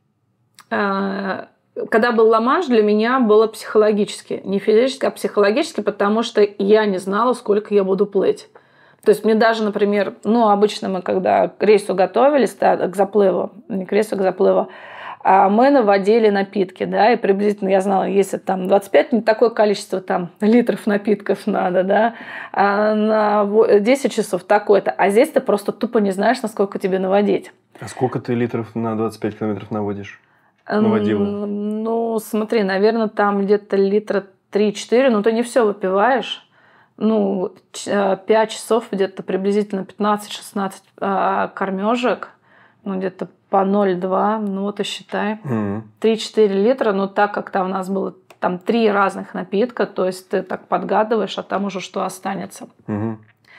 Когда был Ла-Манш, для меня было психологически. Не физически, а психологически, потому что я не знала, сколько я буду плыть. То есть мне даже, например, ну, обычно мы, когда к рейсу готовились, да, к заплыву, не к рейсу, а к заплыву, А мы наводили напитки, да, и приблизительно я знала, если там двадцать пять, не такое количество там литров напитков надо, да, а на десять часов такое-то. А здесь ты просто тупо не знаешь, насколько тебе наводить. А сколько ты литров на двадцать пять километров наводишь? Наводила? Ну, смотри, наверное, там где-то литра три-четыре, но ты не все выпиваешь. Ну, пять часов где-то приблизительно пятнадцать-шестнадцать кормежек, ну, где-то по ноль целых два, ну, вот и считай. Mm-hmm. три-четыре литра, но так как там у нас было там три разных напитка, то есть ты так подгадываешь, а там уже что останется. Mm-hmm.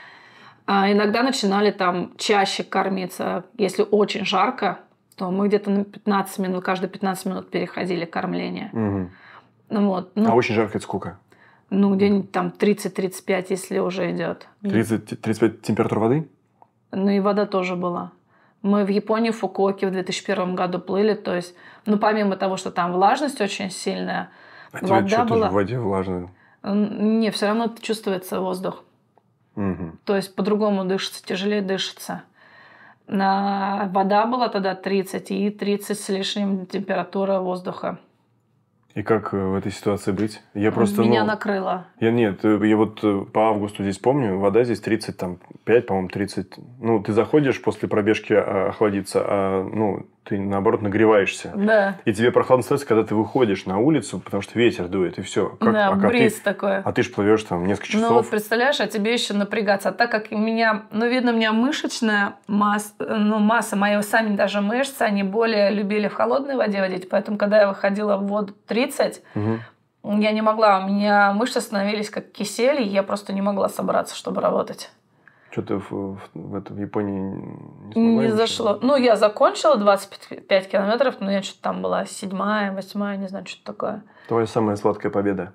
А иногда начинали там чаще кормиться, если очень жарко, то мы где-то на пятнадцать минут, каждые пятнадцать минут переходили кормление. Mm-hmm. Ну, вот, ну, а очень жарко это сколько? Ну, где-нибудь там тридцать-тридцать пять, если уже идет. тридцать-тридцать пять температура воды? Ну, и вода тоже была. Мы в Японии, в Фукуоке в две тысячи первом году плыли, то есть, ну, помимо того, что там влажность очень сильная, а вода тебе была... в воде влажно? Не, все равно чувствуется воздух. Угу. То есть, по-другому дышится, тяжелее дышится. На... Вода была тогда тридцать, и тридцать с лишним температура воздуха. И как в этой ситуации быть? Я просто, Меня ну, накрыло. Я нет, я вот по августу здесь помню, вода здесь тридцать пять, по-моему, тридцать. Ну, ты заходишь после пробежки охладиться, а ну, ты наоборот нагреваешься. Да. И тебе прохладно становится, когда ты выходишь на улицу, потому что ветер дует, и все. Как, да, а бриз ты, такой. А ты ж плывешь там несколько часов. Ну вот представляешь, а тебе еще напрягаться. А так как у меня, ну видно, у меня мышечная масса, ну масса, мои сами даже мышцы, они более любили в холодной воде водить. Поэтому, когда я выходила в воду тридцать, угу. я не могла. У меня мышцы становились как кисель, и я просто не могла собраться, чтобы работать. Что-то в, в, в, это, в Японии не смогла? Не зашло. Ну, я закончила двадцать пять километров, но я что-то там была седьмая, восьмая, не знаю, что такое. Твоя самая сладкая победа?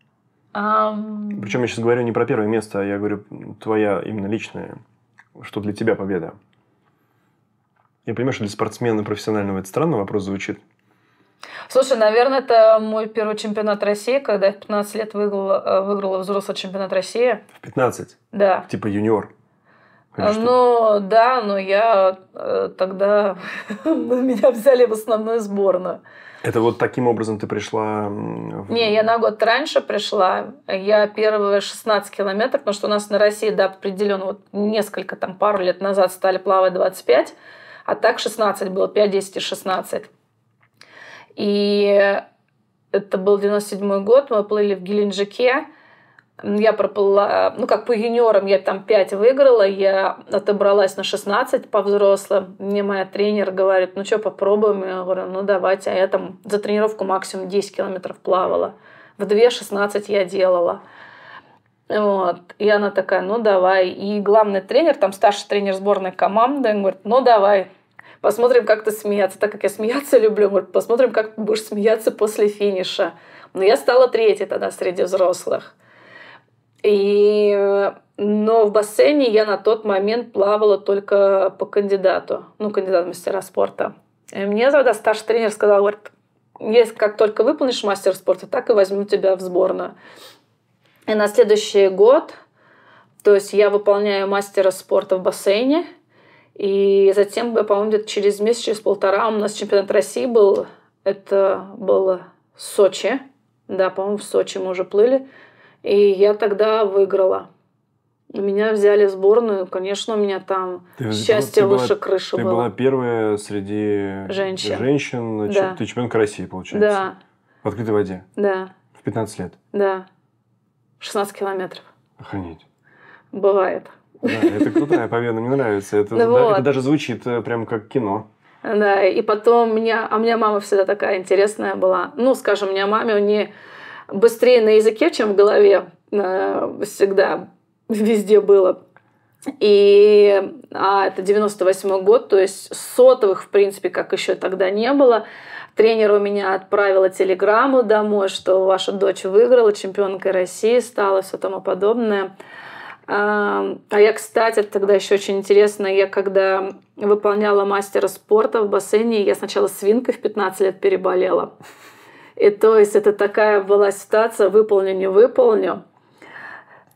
Um... Причем я сейчас говорю не про первое место, а я говорю твоя именно личная. Что для тебя победа? Я понимаю, что для спортсмена профессионального это странный вопрос звучит. Слушай, наверное, это мой первый чемпионат России, когда я в пятнадцать лет выиграла, выиграла взрослый чемпионат России. В пятнадцать? Да. Типа юниор? Ну, да, но я тогда... меня взяли в основную сборную. Это вот таким образом ты пришла? В... Не, я на год раньше пришла. Я первые шестнадцать километров, потому что у нас на России, да, определенно, вот несколько, там, пару лет назад стали плавать двадцать пять, а так шестнадцать было, пять, десять и шестнадцать. И это был девяносто седьмой год, мы плыли в Геленджике. Я проплыла, ну, как по юниорам, я там пять выиграла, я отобралась на шестнадцать по взрослым. Мне моя тренер говорит, ну, что, попробуем? Я говорю, ну, давайте. А я там за тренировку максимум десять километров плавала. В две шестнадцать я делала. Вот. И она такая, ну, давай. И главный тренер, там старший тренер сборной команды, он говорит, ну, давай. Посмотрим, как ты смеяться. Так как я смеяться люблю, говорит, посмотрим, как ты будешь смеяться после финиша. Но я стала третьей тогда среди взрослых. И, но в бассейне я на тот момент плавала только по кандидату, ну, кандидат в мастера спорта. И мне тогда старший тренер сказал, говорит, если как только выполнишь мастер спорта, так и возьму тебя в сборную. И на следующий год, то есть я выполняю мастера спорта в бассейне, и затем, по-моему, где-то через месяц, через полтора у нас чемпионат России был, это было Сочи, да, по-моему, в Сочи мы уже плыли. И я тогда выиграла. Меня взяли в сборную. Конечно, у меня там ты, счастье ты выше была, крыши ты было. Ты была первая среди женщин. женщин да. Ты чемпионка России, получается? Да. В открытой воде? Да. В пятнадцать лет? Да. шестнадцать километров. Охренеть. Бывает. Да, это крутая победа, мне нравится. Это, ну да, вот. это даже звучит прям как кино. Да, и потом у меня... А у меня мама всегда такая интересная была. Ну, скажем, у меня маме, у нее... быстрее на языке, чем в голове, всегда везде было. И а, это девяносто восьмой год, то есть сотовых, в принципе, как еще тогда не было. Тренер у меня отправила телеграмму домой, что ваша дочь выиграла, чемпионкой России стала, все тому подобное. А я, кстати, тогда еще очень интересно, я когда выполняла мастера спорта в бассейне, я сначала свинкой в пятнадцать лет переболела. И то есть это такая была ситуация, выполню, не выполню.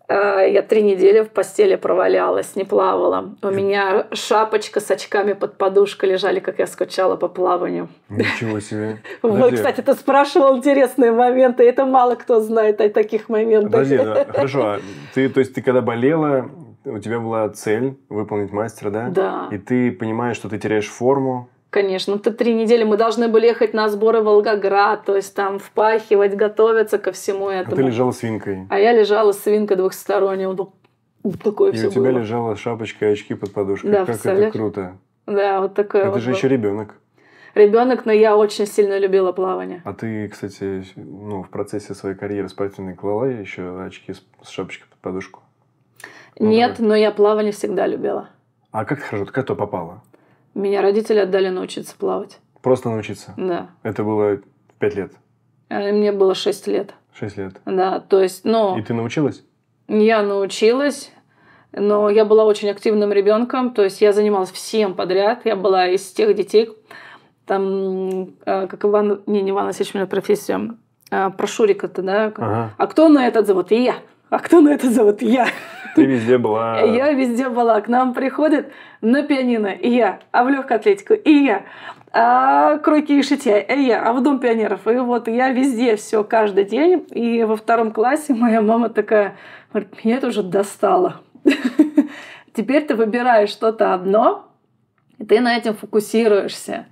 Я три недели в постели провалялась, не плавала. У меня шапочка с очками под подушкой лежали, как я скучала по плаванию. Ничего себе. Вот, кстати, ты спрашивал интересные моменты. Это мало кто знает о таких моментах. Подожди, ну, хорошо. А ты, то есть ты когда болела, у тебя была цель выполнить мастера, да? Да. И ты понимаешь, что ты теряешь форму. Конечно, это три недели. Мы должны были ехать на сборы в Волгоград, то есть там впахивать, готовиться ко всему этому. А ты лежала свинкой. А я лежала свинкой двухсторонней. Вот такое и все у тебя было. лежала шапочка и очки под подушкой. Да, как это круто. Да, вот такое. Это вот же было. еще ребенок. Ребенок, но я очень сильно любила плавание. А ты, кстати, ну, в процессе своей карьеры спортивной клала еще очки с, с шапочкой под подушку? Нет, ну, но я плавание всегда любила. А как ты хорошо, как то попало? Меня родители отдали научиться плавать. Просто научиться? Да. Это было в пять лет? Мне было шесть лет. Шесть лет? Да, то есть, ну... И ты научилась? Я научилась, но я была очень активным ребенком, то есть я занималась всем подряд. Я была из тех детей, там, как Иван... Не, не Иван Васильевич, у меня профессия. Про Шурика-то, да? Ага. А кто на этот зовут? И я. А кто на этот зовут? Я. Ты везде была. Я везде была. К нам приходит на пианино и я, а в легкую атлетику и я, а кройки и шитья и я, а в Дом пионеров. И вот я везде все каждый день. И во втором классе моя мама такая, говорит, меня это уже достало. Теперь ты выбираешь что-то одно, и ты на этом фокусируешься.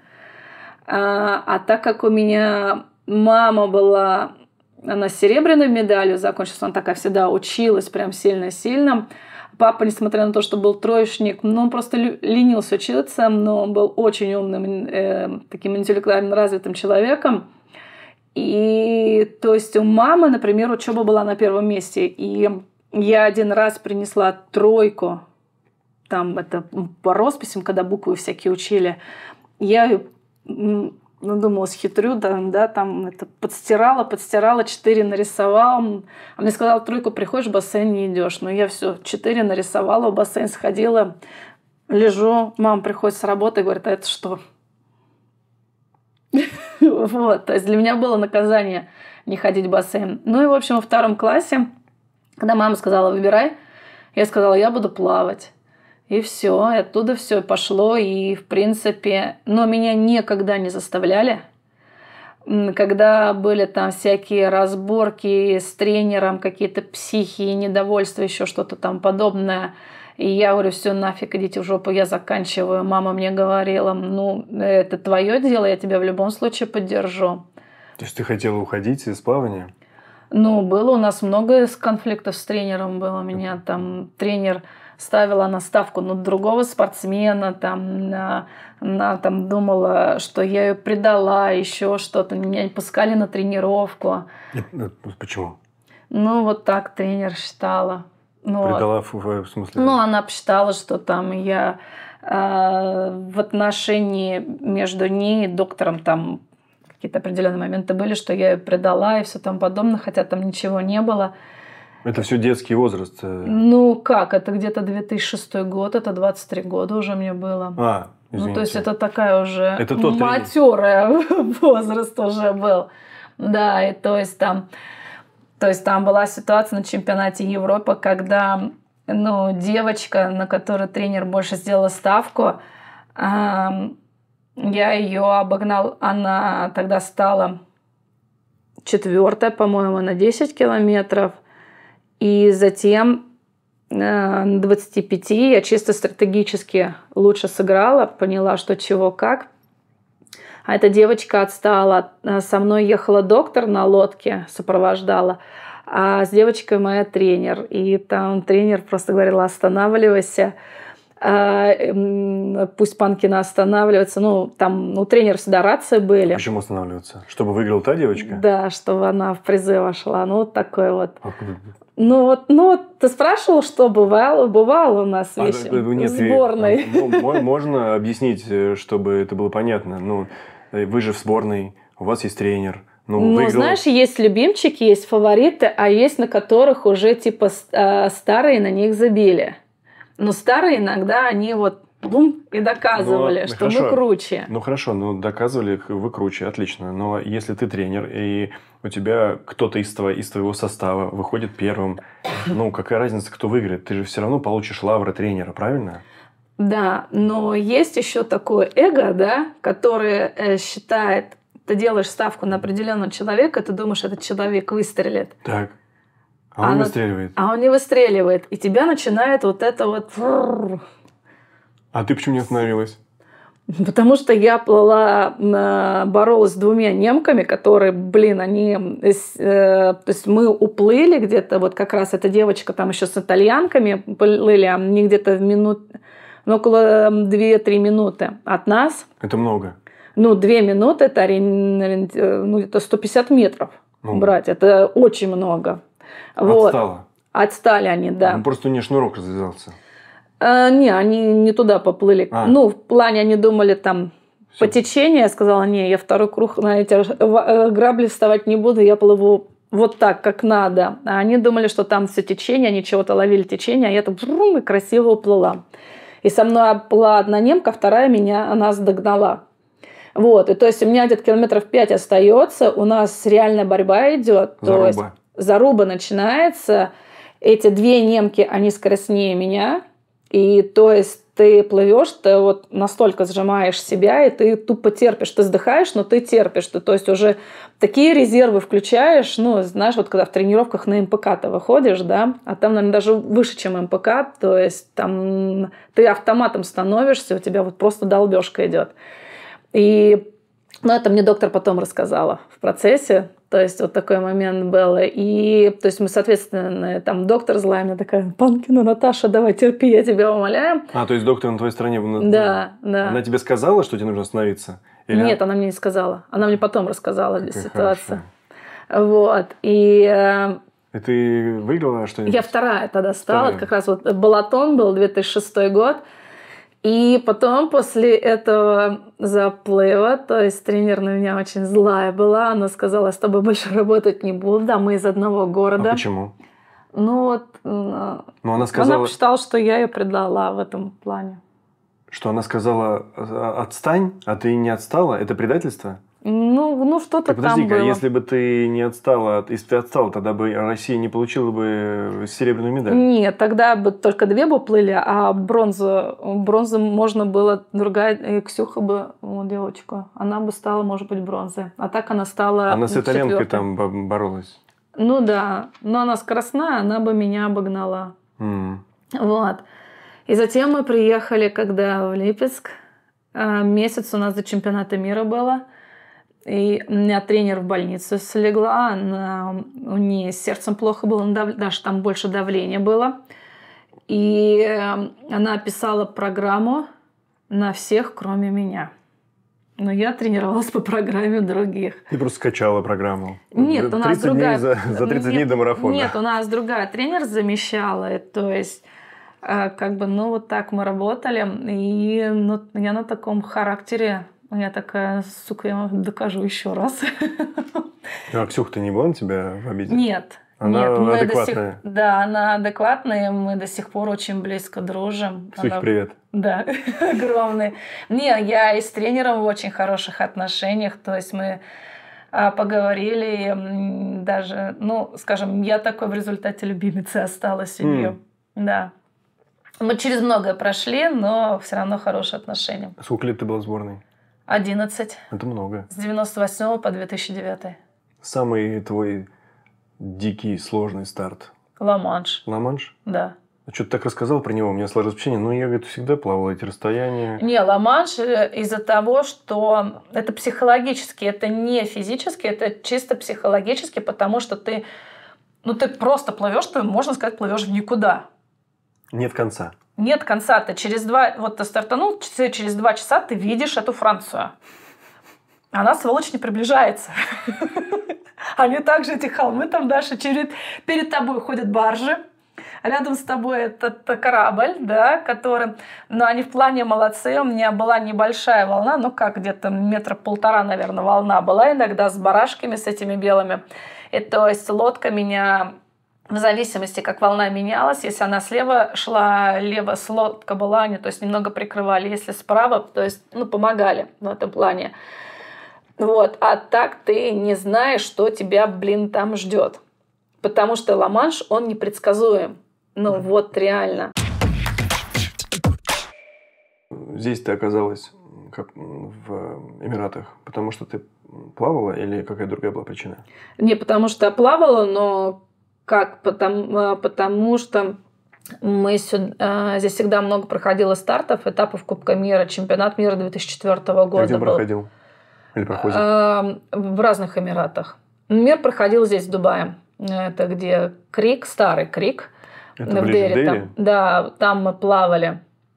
А, а так как у меня мама была... Она с серебряной медалью закончилась, она такая всегда училась прям сильно-сильно. Папа, несмотря на то, что был троечник, ну, он просто ленился учиться, но он был очень умным, э, таким интеллектуально развитым человеком. И, то есть, у мамы, например, учеба была на первом месте. И я один раз принесла тройку, там, это по росписям, когда буквы всякие учили. Я ну, думала, схитрю, да, да, там это подстирала, подстирала, четыре нарисовала. А мне сказала, тройку приходишь, в бассейн не идешь. Но я все, четыре нарисовала, в бассейн сходила, лежу, мама приходит с работы и говорит, а это что? Вот, то есть для меня было наказание не ходить в бассейн. Ну и, в общем, во втором классе, когда мама сказала, выбирай, я сказала, я буду плавать. И все, и оттуда все пошло, и в принципе, но меня никогда не заставляли. Когда были там всякие разборки с тренером, какие-то психи, недовольства, еще что-то там подобное, и я говорю, все, нафиг, идите в жопу, я заканчиваю. Мама мне говорила, ну, это твое дело, я тебя в любом случае поддержу. То есть ты хотела уходить из плавания? Ну, было у нас много конфликтов с тренером, было у меня там тренер... ставила на ставку на другого спортсмена, там, на, на, там думала, что я ее предала, еще что-то. Меня не пускали на тренировку. Почему? Ну, вот так тренер считала. Ну, предала в, в смысле? Ну, она посчитала, что там я э, в отношении между ней и доктором там какие-то определенные моменты были, что я ее предала и все там подобное, хотя там ничего не было. Это все детский возраст. Ну как, это где-то две тысячи шестой год, это двадцать три года уже мне было. А, извините. Ну то есть это такая уже это тот матерая возраст уже был. Да, и то есть там, то есть там была ситуация на чемпионате Европы, когда ну, девочка, на которую тренер больше сделала ставку, эм, я ее обогнал, она тогда стала четвертая, по-моему, на десять километров. И затем на двадцати пяти я чисто стратегически лучше сыграла, поняла, что чего как. А эта девочка отстала. Со мной ехала доктор на лодке, сопровождала. А с девочкой моя тренер. И там тренер просто говорил, останавливайся. Пусть Панкина останавливается. Ну, там у тренера всегда рации были. Почему останавливаться? Чтобы выиграла та девочка? Да, чтобы она в призы вошла. Ну, вот такой вот. Ну вот, ну вот ты спрашивал, что бывало, бывало у нас а, вещи нет, в сборной. Ну, можно объяснить, чтобы это было понятно. Ну, вы же в сборной, у вас есть тренер. Ну, ну выиграл... знаешь, есть любимчики, есть фавориты, а есть на которых уже типа старые на них забили. Но старые иногда они вот бум, и доказывали, но, что хорошо, мы круче. Ну хорошо, ну доказывали, вы круче, отлично. Но если ты тренер, и у тебя кто-то из, твоего, из твоего состава выходит первым, ну какая разница, кто выиграет? Ты же все равно получишь лавры тренера, правильно? Да, но есть еще такое эго, да, которое э, считает, ты делаешь ставку на определенного человека, ты думаешь, этот человек выстрелит. Так. А он а не выстреливает. А он не выстреливает. И тебя начинает вот это вот... А ты почему не остановилась? Потому что я плыла, боролась с двумя немками, которые, блин, они... Э, то есть мы уплыли где-то, вот как раз эта девочка там еще с итальянками плыли, они где-то в минут... Ну, около две-три минуты от нас. Это много. Ну, две минуты, это, ну, это сто пятьдесят метров ну, брать. Это очень много. Вот. Отстала? Отстали они, да. Ну, просто у нее шнурок развязался. А, не, они не туда поплыли. А. Ну, в плане они думали там Все. По течению. Я сказала, не, я второй круг на эти грабли вставать не буду, я плыву вот так, как надо. А они думали, что там все течение, они чего-то ловили течение, а я так и красиво уплыла. И со мной была одна немка, вторая меня, нас догнала. Вот, и то есть у меня где-то километров пять остается, у нас реальная борьба идет. Заруба. То есть заруба начинается, эти две немки, они скоростнее меня, и то есть ты плывешь, ты вот настолько сжимаешь себя, и ты тупо терпишь, ты вздыхаешь, но ты терпишь, ты, то есть уже такие резервы включаешь, ну, знаешь, вот когда в тренировках на эм пэ ка ты выходишь, да, а там, наверное, даже выше, чем эм пэ ка, то есть там ты автоматом становишься, у тебя вот просто долбежка идет. И, ну, это мне доктор потом рассказала в процессе. То есть вот такой момент был. И, то есть мы, соответственно, там доктор злая, мне такая, Панкина Наташа, давай, терпи, я тебя умоляю. А, то есть доктор на твоей стороне? Да, да. Она тебе сказала, что тебе нужно остановиться? Или... Нет, она мне не сказала. Она мне потом рассказала эту ситуацию. Вот. И... И ты выиграла что-нибудь? Я вторая тогда стала. Вторая. Как раз вот Балатон был две тысячи шестой год. И потом после этого заплыва, то есть тренер на меня очень злая была, она сказала, я с тобой больше работать не буду, да, мы из одного города. А почему? Ну вот, ну, она, сказала... она посчитала, что я ее предала в этом плане. Что она сказала, отстань, а ты не отстала? Это предательство? Ну, ну что-то так, там было. А если бы ты не отстала, если ты отстала, тогда бы Россия не получила бы серебряную медаль? Нет, тогда бы только две бы плыли, а бронзу, бронзу можно было, другая, Ксюха бы, вот, девочка, она бы стала, может быть, бронзой. А так она стала Она с итальянкой четвёртой. там боролась? Ну да, но она скоростная, она бы меня обогнала. Mm. Вот. И затем мы приехали, когда в Липецк, месяц у нас до чемпионата мира было. И у меня тренер в больницу слегла, она, у нее с сердцем плохо было, даже там больше давления было. И она писала программу на всех, кроме меня. Но я тренировалась по программе других. Ты просто скачала программу? Нет, у нас другая... Дней за, за тридцать нет, дней до марафона? Нет, у нас другая тренер замещала. То есть, как бы, ну вот так мы работали. И ну, я на таком характере... Я такая, сука, я вам докажу еще раз. А Ксюха-то не была на тебя в обиде? Нет. Она нет, мы адекватная? До сих... Да, она адекватная, мы до сих пор очень близко дружим. Ксюхе, она... привет. Да, огромный. Не, я и с тренером в очень хороших отношениях, то есть мы поговорили, даже, ну, скажем, я такой в результате любимицей осталась у нее. Mm. Да. Мы через многое прошли, но все равно хорошие отношения. Сколько лет ты была в сборной? одиннадцать. Это много. С девяносто восьмого по две тысячи девятый. Самый твой дикий, сложный старт? Ла-Манш. Ла-Манш? Да. Что ты так рассказал про него, у меня сложилось впечатление. Ну, я, говорит, всегда плавала эти расстояния. Не, Ла-Манш из-за того, что это психологически, это не физически, это чисто психологически, потому что ты, ну, ты просто плывешь, ты, можно сказать, плывешь в никуда. Нет конца. Нет конца. Ты через два... Вот ты стартанул, через два часа ты видишь эту Францию. Она, сволочь, не приближается. Они также, эти холмы, там дальше перед, перед тобой ходят баржи. Рядом с тобой этот корабль, да, который... Но они в плане молодцы. У меня была небольшая волна, ну как, где-то метра полтора, наверное, волна была иногда с барашками, с этими белыми. И то есть лодка меня... в зависимости, как волна менялась, если она слева шла, лево лодка была, они, то есть немного прикрывали, если справа, то есть, ну, помогали в этом плане. Вот. А так ты не знаешь, что тебя, блин, там ждет. Потому что Ла-Манш, он непредсказуем. Ну, вот реально. Здесь ты оказалась как в Эмиратах, потому что ты плавала или какая другая была причина? Не потому что я плавала, но как? Потому, потому что мы сюда, здесь всегда много проходило стартов, этапов Кубка мира, чемпионат мира две тысячи четвёртого года. А где был. проходил? Или проходит? В разных Эмиратах. Мир проходил здесь, в Дубае. Это где Крик, старый Крик. Это в ближе Дели. к Дели? Там, да, там мы плавали.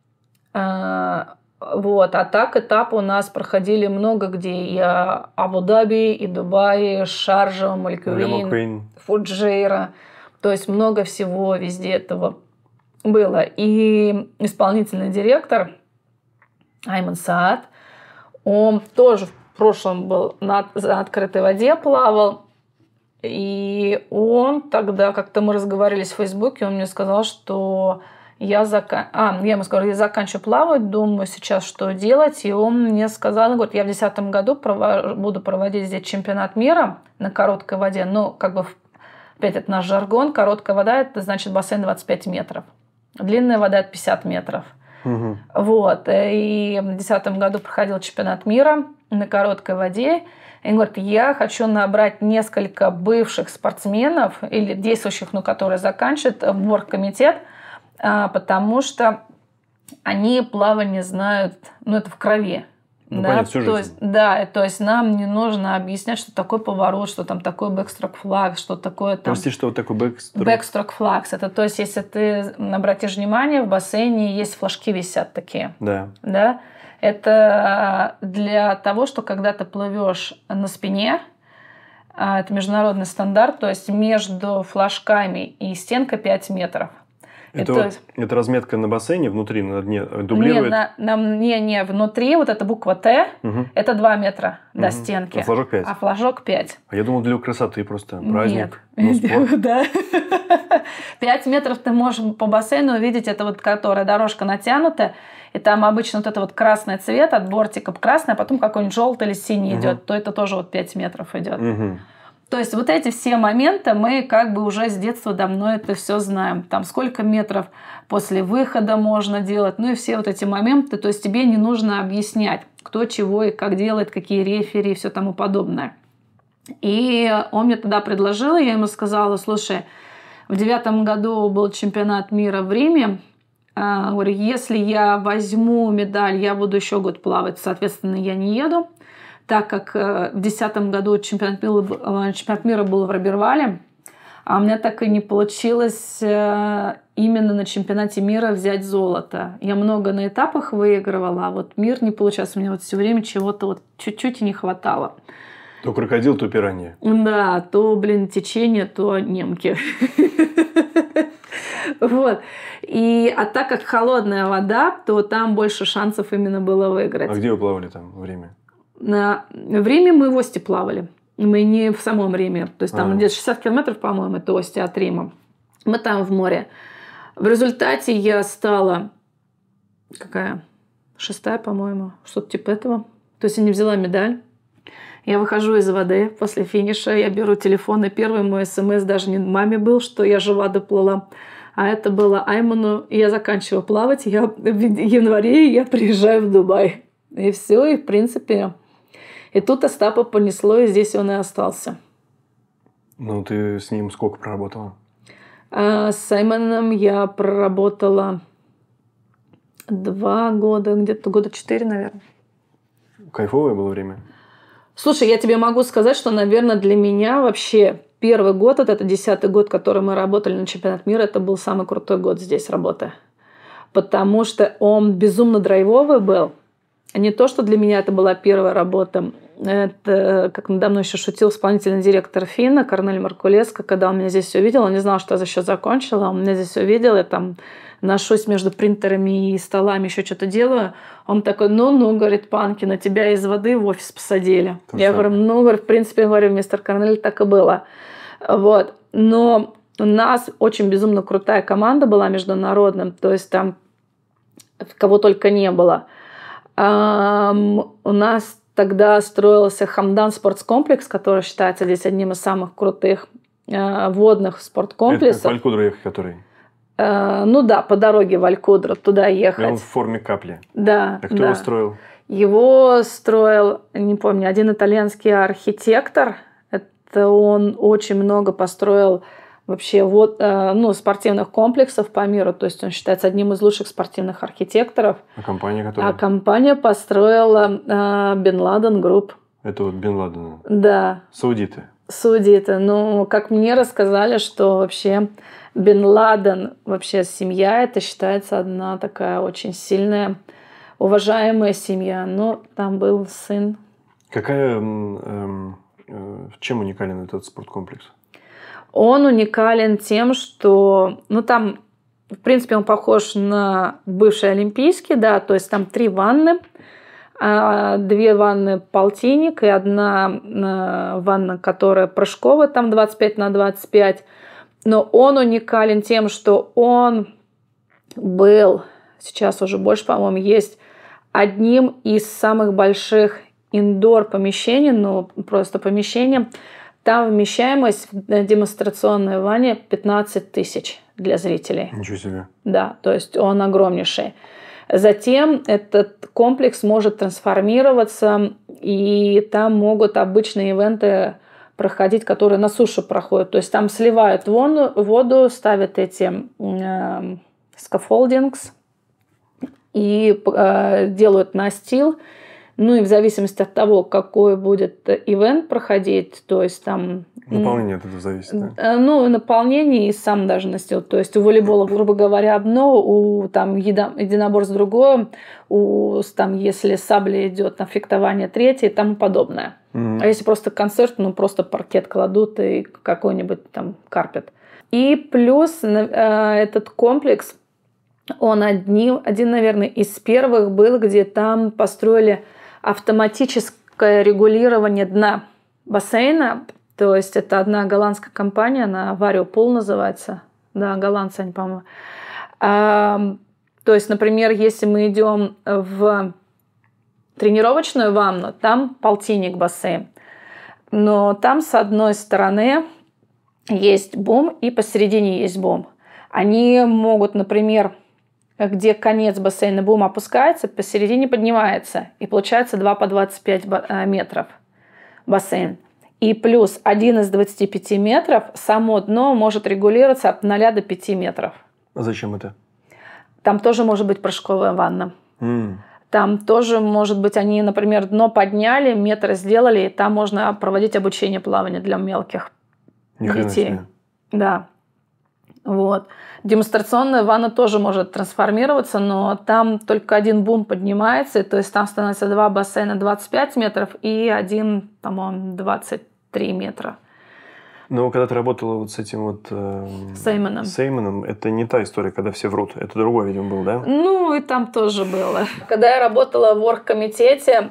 Вот. А так этапы у нас проходили много где. И Абу-Даби, и Дубай, и Шарджа, Малькувейн, Фуджейра. То есть много всего везде этого было. И исполнительный директор Айман Саад, он тоже в прошлом был на, на открытой воде плавал. И он тогда, как-то мы разговаривали в Фейсбуке, он мне сказал, что я, зака... а, я ему сказала, я заканчиваю плавать, думаю сейчас, что делать. И он мне сказал, он говорит, я в две тысячи десятом году провожу, буду проводить здесь чемпионат мира на короткой воде. Ну, как бы, опять это наш жаргон. Короткая вода – это значит бассейн двадцать пять метров. Длинная вода – это пятьдесят метров. Угу. Вот. И в две тысячи десятом году проходил чемпионат мира на короткой воде. И он говорит, я хочу набрать несколько бывших спортсменов или действующих, ну, которые заканчивают боргкомитет, потому что они плавание знают, ну, это в крови. Ну, да? понятно, всю жизнь. То есть, да, то есть нам не нужно объяснять, что такое поворот, что там такое бэкстрок флаг, что такое там... Прости, что вот такой бэкстрок? Бэкстрок флагс. Это то есть, если ты обратишь внимание, в бассейне есть флажки висят такие. Да. Да? Это для того, что когда ты плывешь на спине, это международный стандарт, то есть между флажками и стенкой пять метров. Это, это, вот, это разметка на бассейне внутри, на дне дублирует? Не, на, на, не, не, внутри вот эта буква Т, угу. Это два метра угу. до стенки. А флажок пять? А флажок пять. А я думал, для красоты просто праздник. Нет. Да. пять метров ты можешь по бассейну увидеть, это вот которая дорожка натянута, и там обычно вот это вот красный цвет от бортика красный, а потом какой-нибудь желтый или синий угу. идет, то это тоже вот пять метров идет. Угу. То есть вот эти все моменты мы как бы уже с детства давно это все знаем. Там сколько метров после выхода можно делать, ну и все вот эти моменты. То есть тебе не нужно объяснять, кто чего и как делает, какие рефери и все тому подобное. И он мне тогда предложил, я ему сказала, слушай, в девятом году был чемпионат мира в Риме. Говорю, если я возьму медаль, я буду еще год плавать, соответственно, я не еду. Так как в две тысячи десятом году чемпионат мира, чемпионат мира был в Робервале, а у меня так и не получилось именно на чемпионате мира взять золото. Я много на этапах выигрывала, а вот мир не получался. Мне вот все время чего-то вот чуть-чуть и не хватало. То крокодил, то пиранья. Да, то, блин, течение, то немки. Вот. И, а так как холодная вода, то там больше шансов именно было выиграть. А где вы плавали там в Риме? На... В Риме мы в Ости плавали. Мы не в самом Риме. То есть там а. где-то шестьдесят километров, по-моему, это Ости от Рима. Мы там в море. В результате я стала... Какая? Шестая, по-моему. Что-то типа этого. То есть я не взяла медаль. Я выхожу из воды после финиша. Я беру телефон. И первый мой смс даже не маме был, что я жива доплыла. А это было Айману. И я заканчиваю плавать. Я в январе я приезжаю в Дубай. И все. И в принципе... И тут Остапа понесло, и здесь он и остался. Ну, ты с ним сколько проработала? А с Саймоном я проработала два года, где-то года четыре, наверное. Кайфовое было время? Слушай, я тебе могу сказать, что, наверное, для меня вообще первый год, вот это десятый год, который мы работали на чемпионат мира, это был самый крутой год здесь работы. Потому что он безумно драйвовый был. Не то, что для меня это была первая работа. Это, как надо мной еще шутил исполнительный директор Фина, Корнель Маркулеско, когда он меня здесь все увидел, он не знал, что я еще закончила, он меня здесь все увидел, я там ношусь между принтерами и столами, еще что-то делаю. Он такой, ну-ну, говорит, Панкина, тебя из воды в офис посадили. Ты я сам. говорю, ну, говорю, в принципе, говорю, мистер Корнель, так и было. Вот. Но У нас очень безумно крутая команда была международная, то есть там кого только не было. У нас тогда строился Хамдан спортскомплекс, который считается здесь одним из самых крутых водных спорткомплексов. Это как в Алькудру ехать, который? Ну да, по дороге в Алькудру туда ехать. И он в форме капли. Да. А кто да. его строил? Его строил, не помню, один итальянский архитектор. Это он очень много построил вообще вот, ну, спортивных комплексов по миру. То есть он считается одним из лучших спортивных архитекторов. А компания которая? А компания построила э, Бен Ладен Групп. Это вот Бен Ладен? Да. Саудиты? Саудиты. Ну, как мне рассказали, что вообще Бен Ладен, вообще семья, это считается одна такая очень сильная, уважаемая семья. Но там был сын. Какая, эм, э, чем уникален этот спорткомплекс? Он уникален тем, что, ну, там, в принципе, он похож на бывший Олимпийский, да, то есть там три ванны, две ванны полтинник и одна ванна, которая прыжковая, там двадцать пять на двадцать пять. Но он уникален тем, что он был, сейчас уже больше, по-моему, есть одним из самых больших индор-помещений, ну, просто помещением. Там вмещаемость в демонстрационной ванне пятнадцать тысяч для зрителей. Ничего себе. Да, то есть он огромнейший. Затем этот комплекс может трансформироваться, и там могут обычные ивенты проходить, которые на суше проходят. То есть там сливают воду, воду ставят эти э, скаффолдингс и э, делают настил. Ну и в зависимости от того, какой будет ивент проходить, то есть там... Наполнение от этого зависит, да? Ну, наполнение и сам даже настил. То есть у волейбола, грубо говоря, одно, у там единоборств другое, у там, если сабля идет на фехтование третье и тому подобное. Mm-hmm. А если просто концерт, ну просто паркет кладут и какой-нибудь там карпет. И плюс э, этот комплекс, он одним, один, наверное, из первых был, где там построили автоматическое регулирование дна бассейна. То есть это одна голландская компания, она Variopool называется. Да, голландцы они, по-моему. А, то есть, например, если мы идем в тренировочную ванну, там полтинник бассейн. Но там с одной стороны есть бум и посередине есть бум. Они могут, например, где конец бассейна бум опускается, посередине поднимается. И получается два по двадцать пять метров бассейн. И плюс один из двадцати пяти метров само дно может регулироваться от ноля до пяти метров. А зачем это? Там тоже может быть прыжковая ванна. Mm. Там тоже может быть, они, например, дно подняли, метр сделали, и там можно проводить обучение плавания для мелких детей. Да. Вот. Демонстрационная ванна тоже может трансформироваться, но там только один бум поднимается, то есть там становится два бассейна двадцать пять метров и один, по-моему, двадцать три метра. Но когда ты работала вот с этим вот э, Сеймоном. Сеймоном, это не та история, когда все врут. Это другой, видимо, был, да? Ну, и там тоже было. Когда я работала в оргкомитете,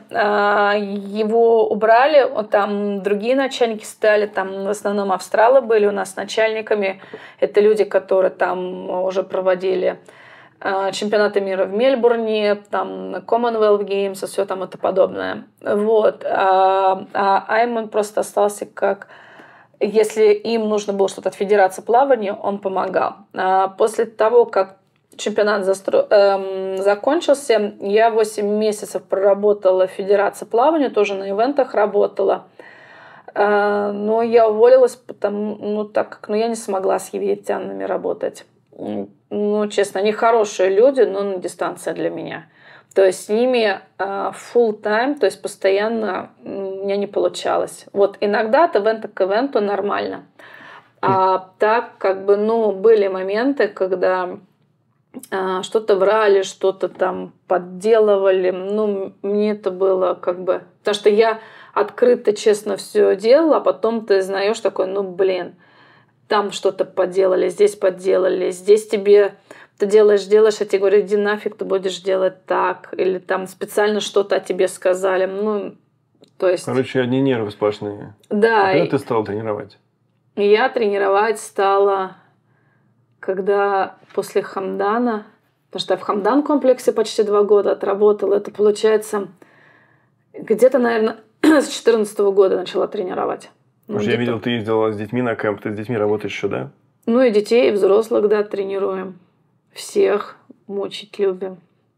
его убрали, там другие начальники стали, там в основном австралы были у нас начальниками. Это люди, которые там уже проводили чемпионаты мира в Мельбурне, там Commonwealth Games и все там это подобное. Вот. А, а Айман просто остался как... Если им нужно было что-то от Федерации плавания, он помогал. А после того, как чемпионат застро... эм, закончился, я восемь месяцев проработала в Федерации плавания, тоже на ивентах работала. А, но я уволилась, потому, ну, так как ну, я не смогла с египтянами работать. Ну, честно, они хорошие люди, но на дистанции для меня. То есть с ними uh, full time, то есть постоянно у меня не получалось. Вот иногда от ивента к ивенту нормально. А так как бы, ну, были моменты, когда uh, что-то врали, что-то там подделывали. Ну, мне это было как бы... Потому что я открыто, честно все делала, а потом ты знаешь такой, ну, блин, там что-то подделали, здесь подделали, здесь тебе... Ты делаешь, делаешь, а тебе говорят, иди нафиг, ты будешь делать так. Или там специально что-то о тебе сказали. Ну, то есть... Короче, одни нервы сплошные. Да. А когда и... ты стал тренировать? Я тренировать стала, когда после Хамдана, потому что я в Хамдан комплексе почти два года отработала. Это, получается, где-то, наверное, с две тысячи четырнадцатого года начала тренировать. Ну, я видел, ты ездила с детьми на кэмп, ты с детьми работаешь еще, да? Ну, и детей, и взрослых, да, тренируем. Всех мучить любим.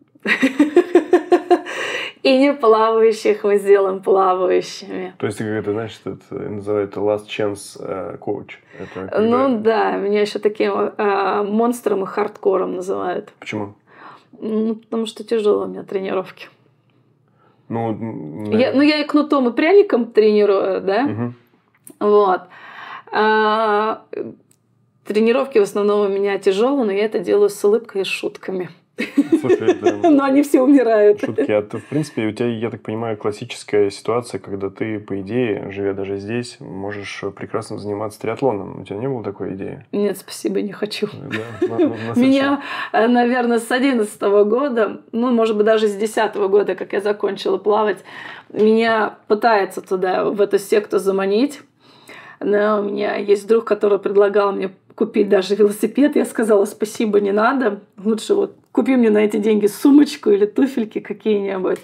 И не плавающих мы сделаем плавающими. То есть, как это, знаешь, это называют last chance coach. Это когда... Ну да, меня еще таким э, монстром и хардкором называют. Почему? Ну, потому что тяжело у меня тренировки. Ну, да. я, ну, я и кнутом, и пряником тренирую, да? Угу. Вот. А, тренировки в основном у меня тяжелые, но я это делаю с улыбкой и шутками. Слушай, это... Но они все умирают. Шутки. А ты, в принципе, у тебя, я так понимаю, классическая ситуация, когда ты, по идее, живя даже здесь, можешь прекрасно заниматься триатлоном. У тебя не было такой идеи? Нет, спасибо, не хочу. Да, на, на, на Меня, наверное, с одиннадцатого года, ну, может быть, даже с десятого года, как я закончила плавать, меня пытается туда, в эту секту заманить. Но у меня есть друг, который предлагал мне купить даже велосипед. Я сказала, спасибо, не надо. Лучше вот купи мне на эти деньги сумочку или туфельки какие-нибудь.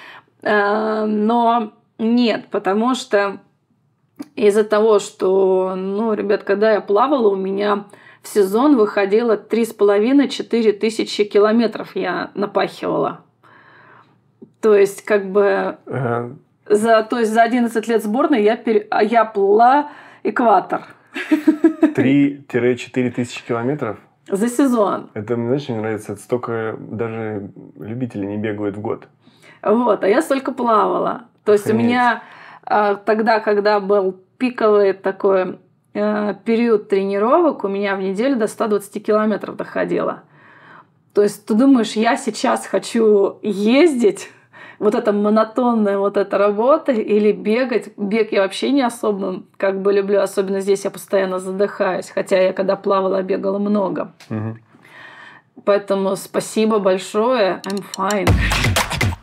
Но нет, потому что из-за того, что, ну, ребят, когда я плавала, у меня в сезон выходило три с половиной-четыре тысячи километров я напахивала. То есть, как бы... Ага. За, то есть за одиннадцать лет сборной я, пере... я плыла экватор. три-четыре тысячи километров? За сезон. Это, знаешь, мне нравится, это столько даже любители не бегают в год. Вот, а я столько плавала. То есть Охренеть. у меня а, тогда, когда был пиковый такой а, период тренировок, у меня в неделю до ста двадцати километров доходило. То есть ты думаешь, я сейчас хочу ездить, вот эта монотонная вот эта работа или бегать. Бег я вообще не особо как бы люблю, особенно здесь я постоянно задыхаюсь, хотя я когда плавала, бегала много. Угу. Поэтому спасибо большое, I'm fine.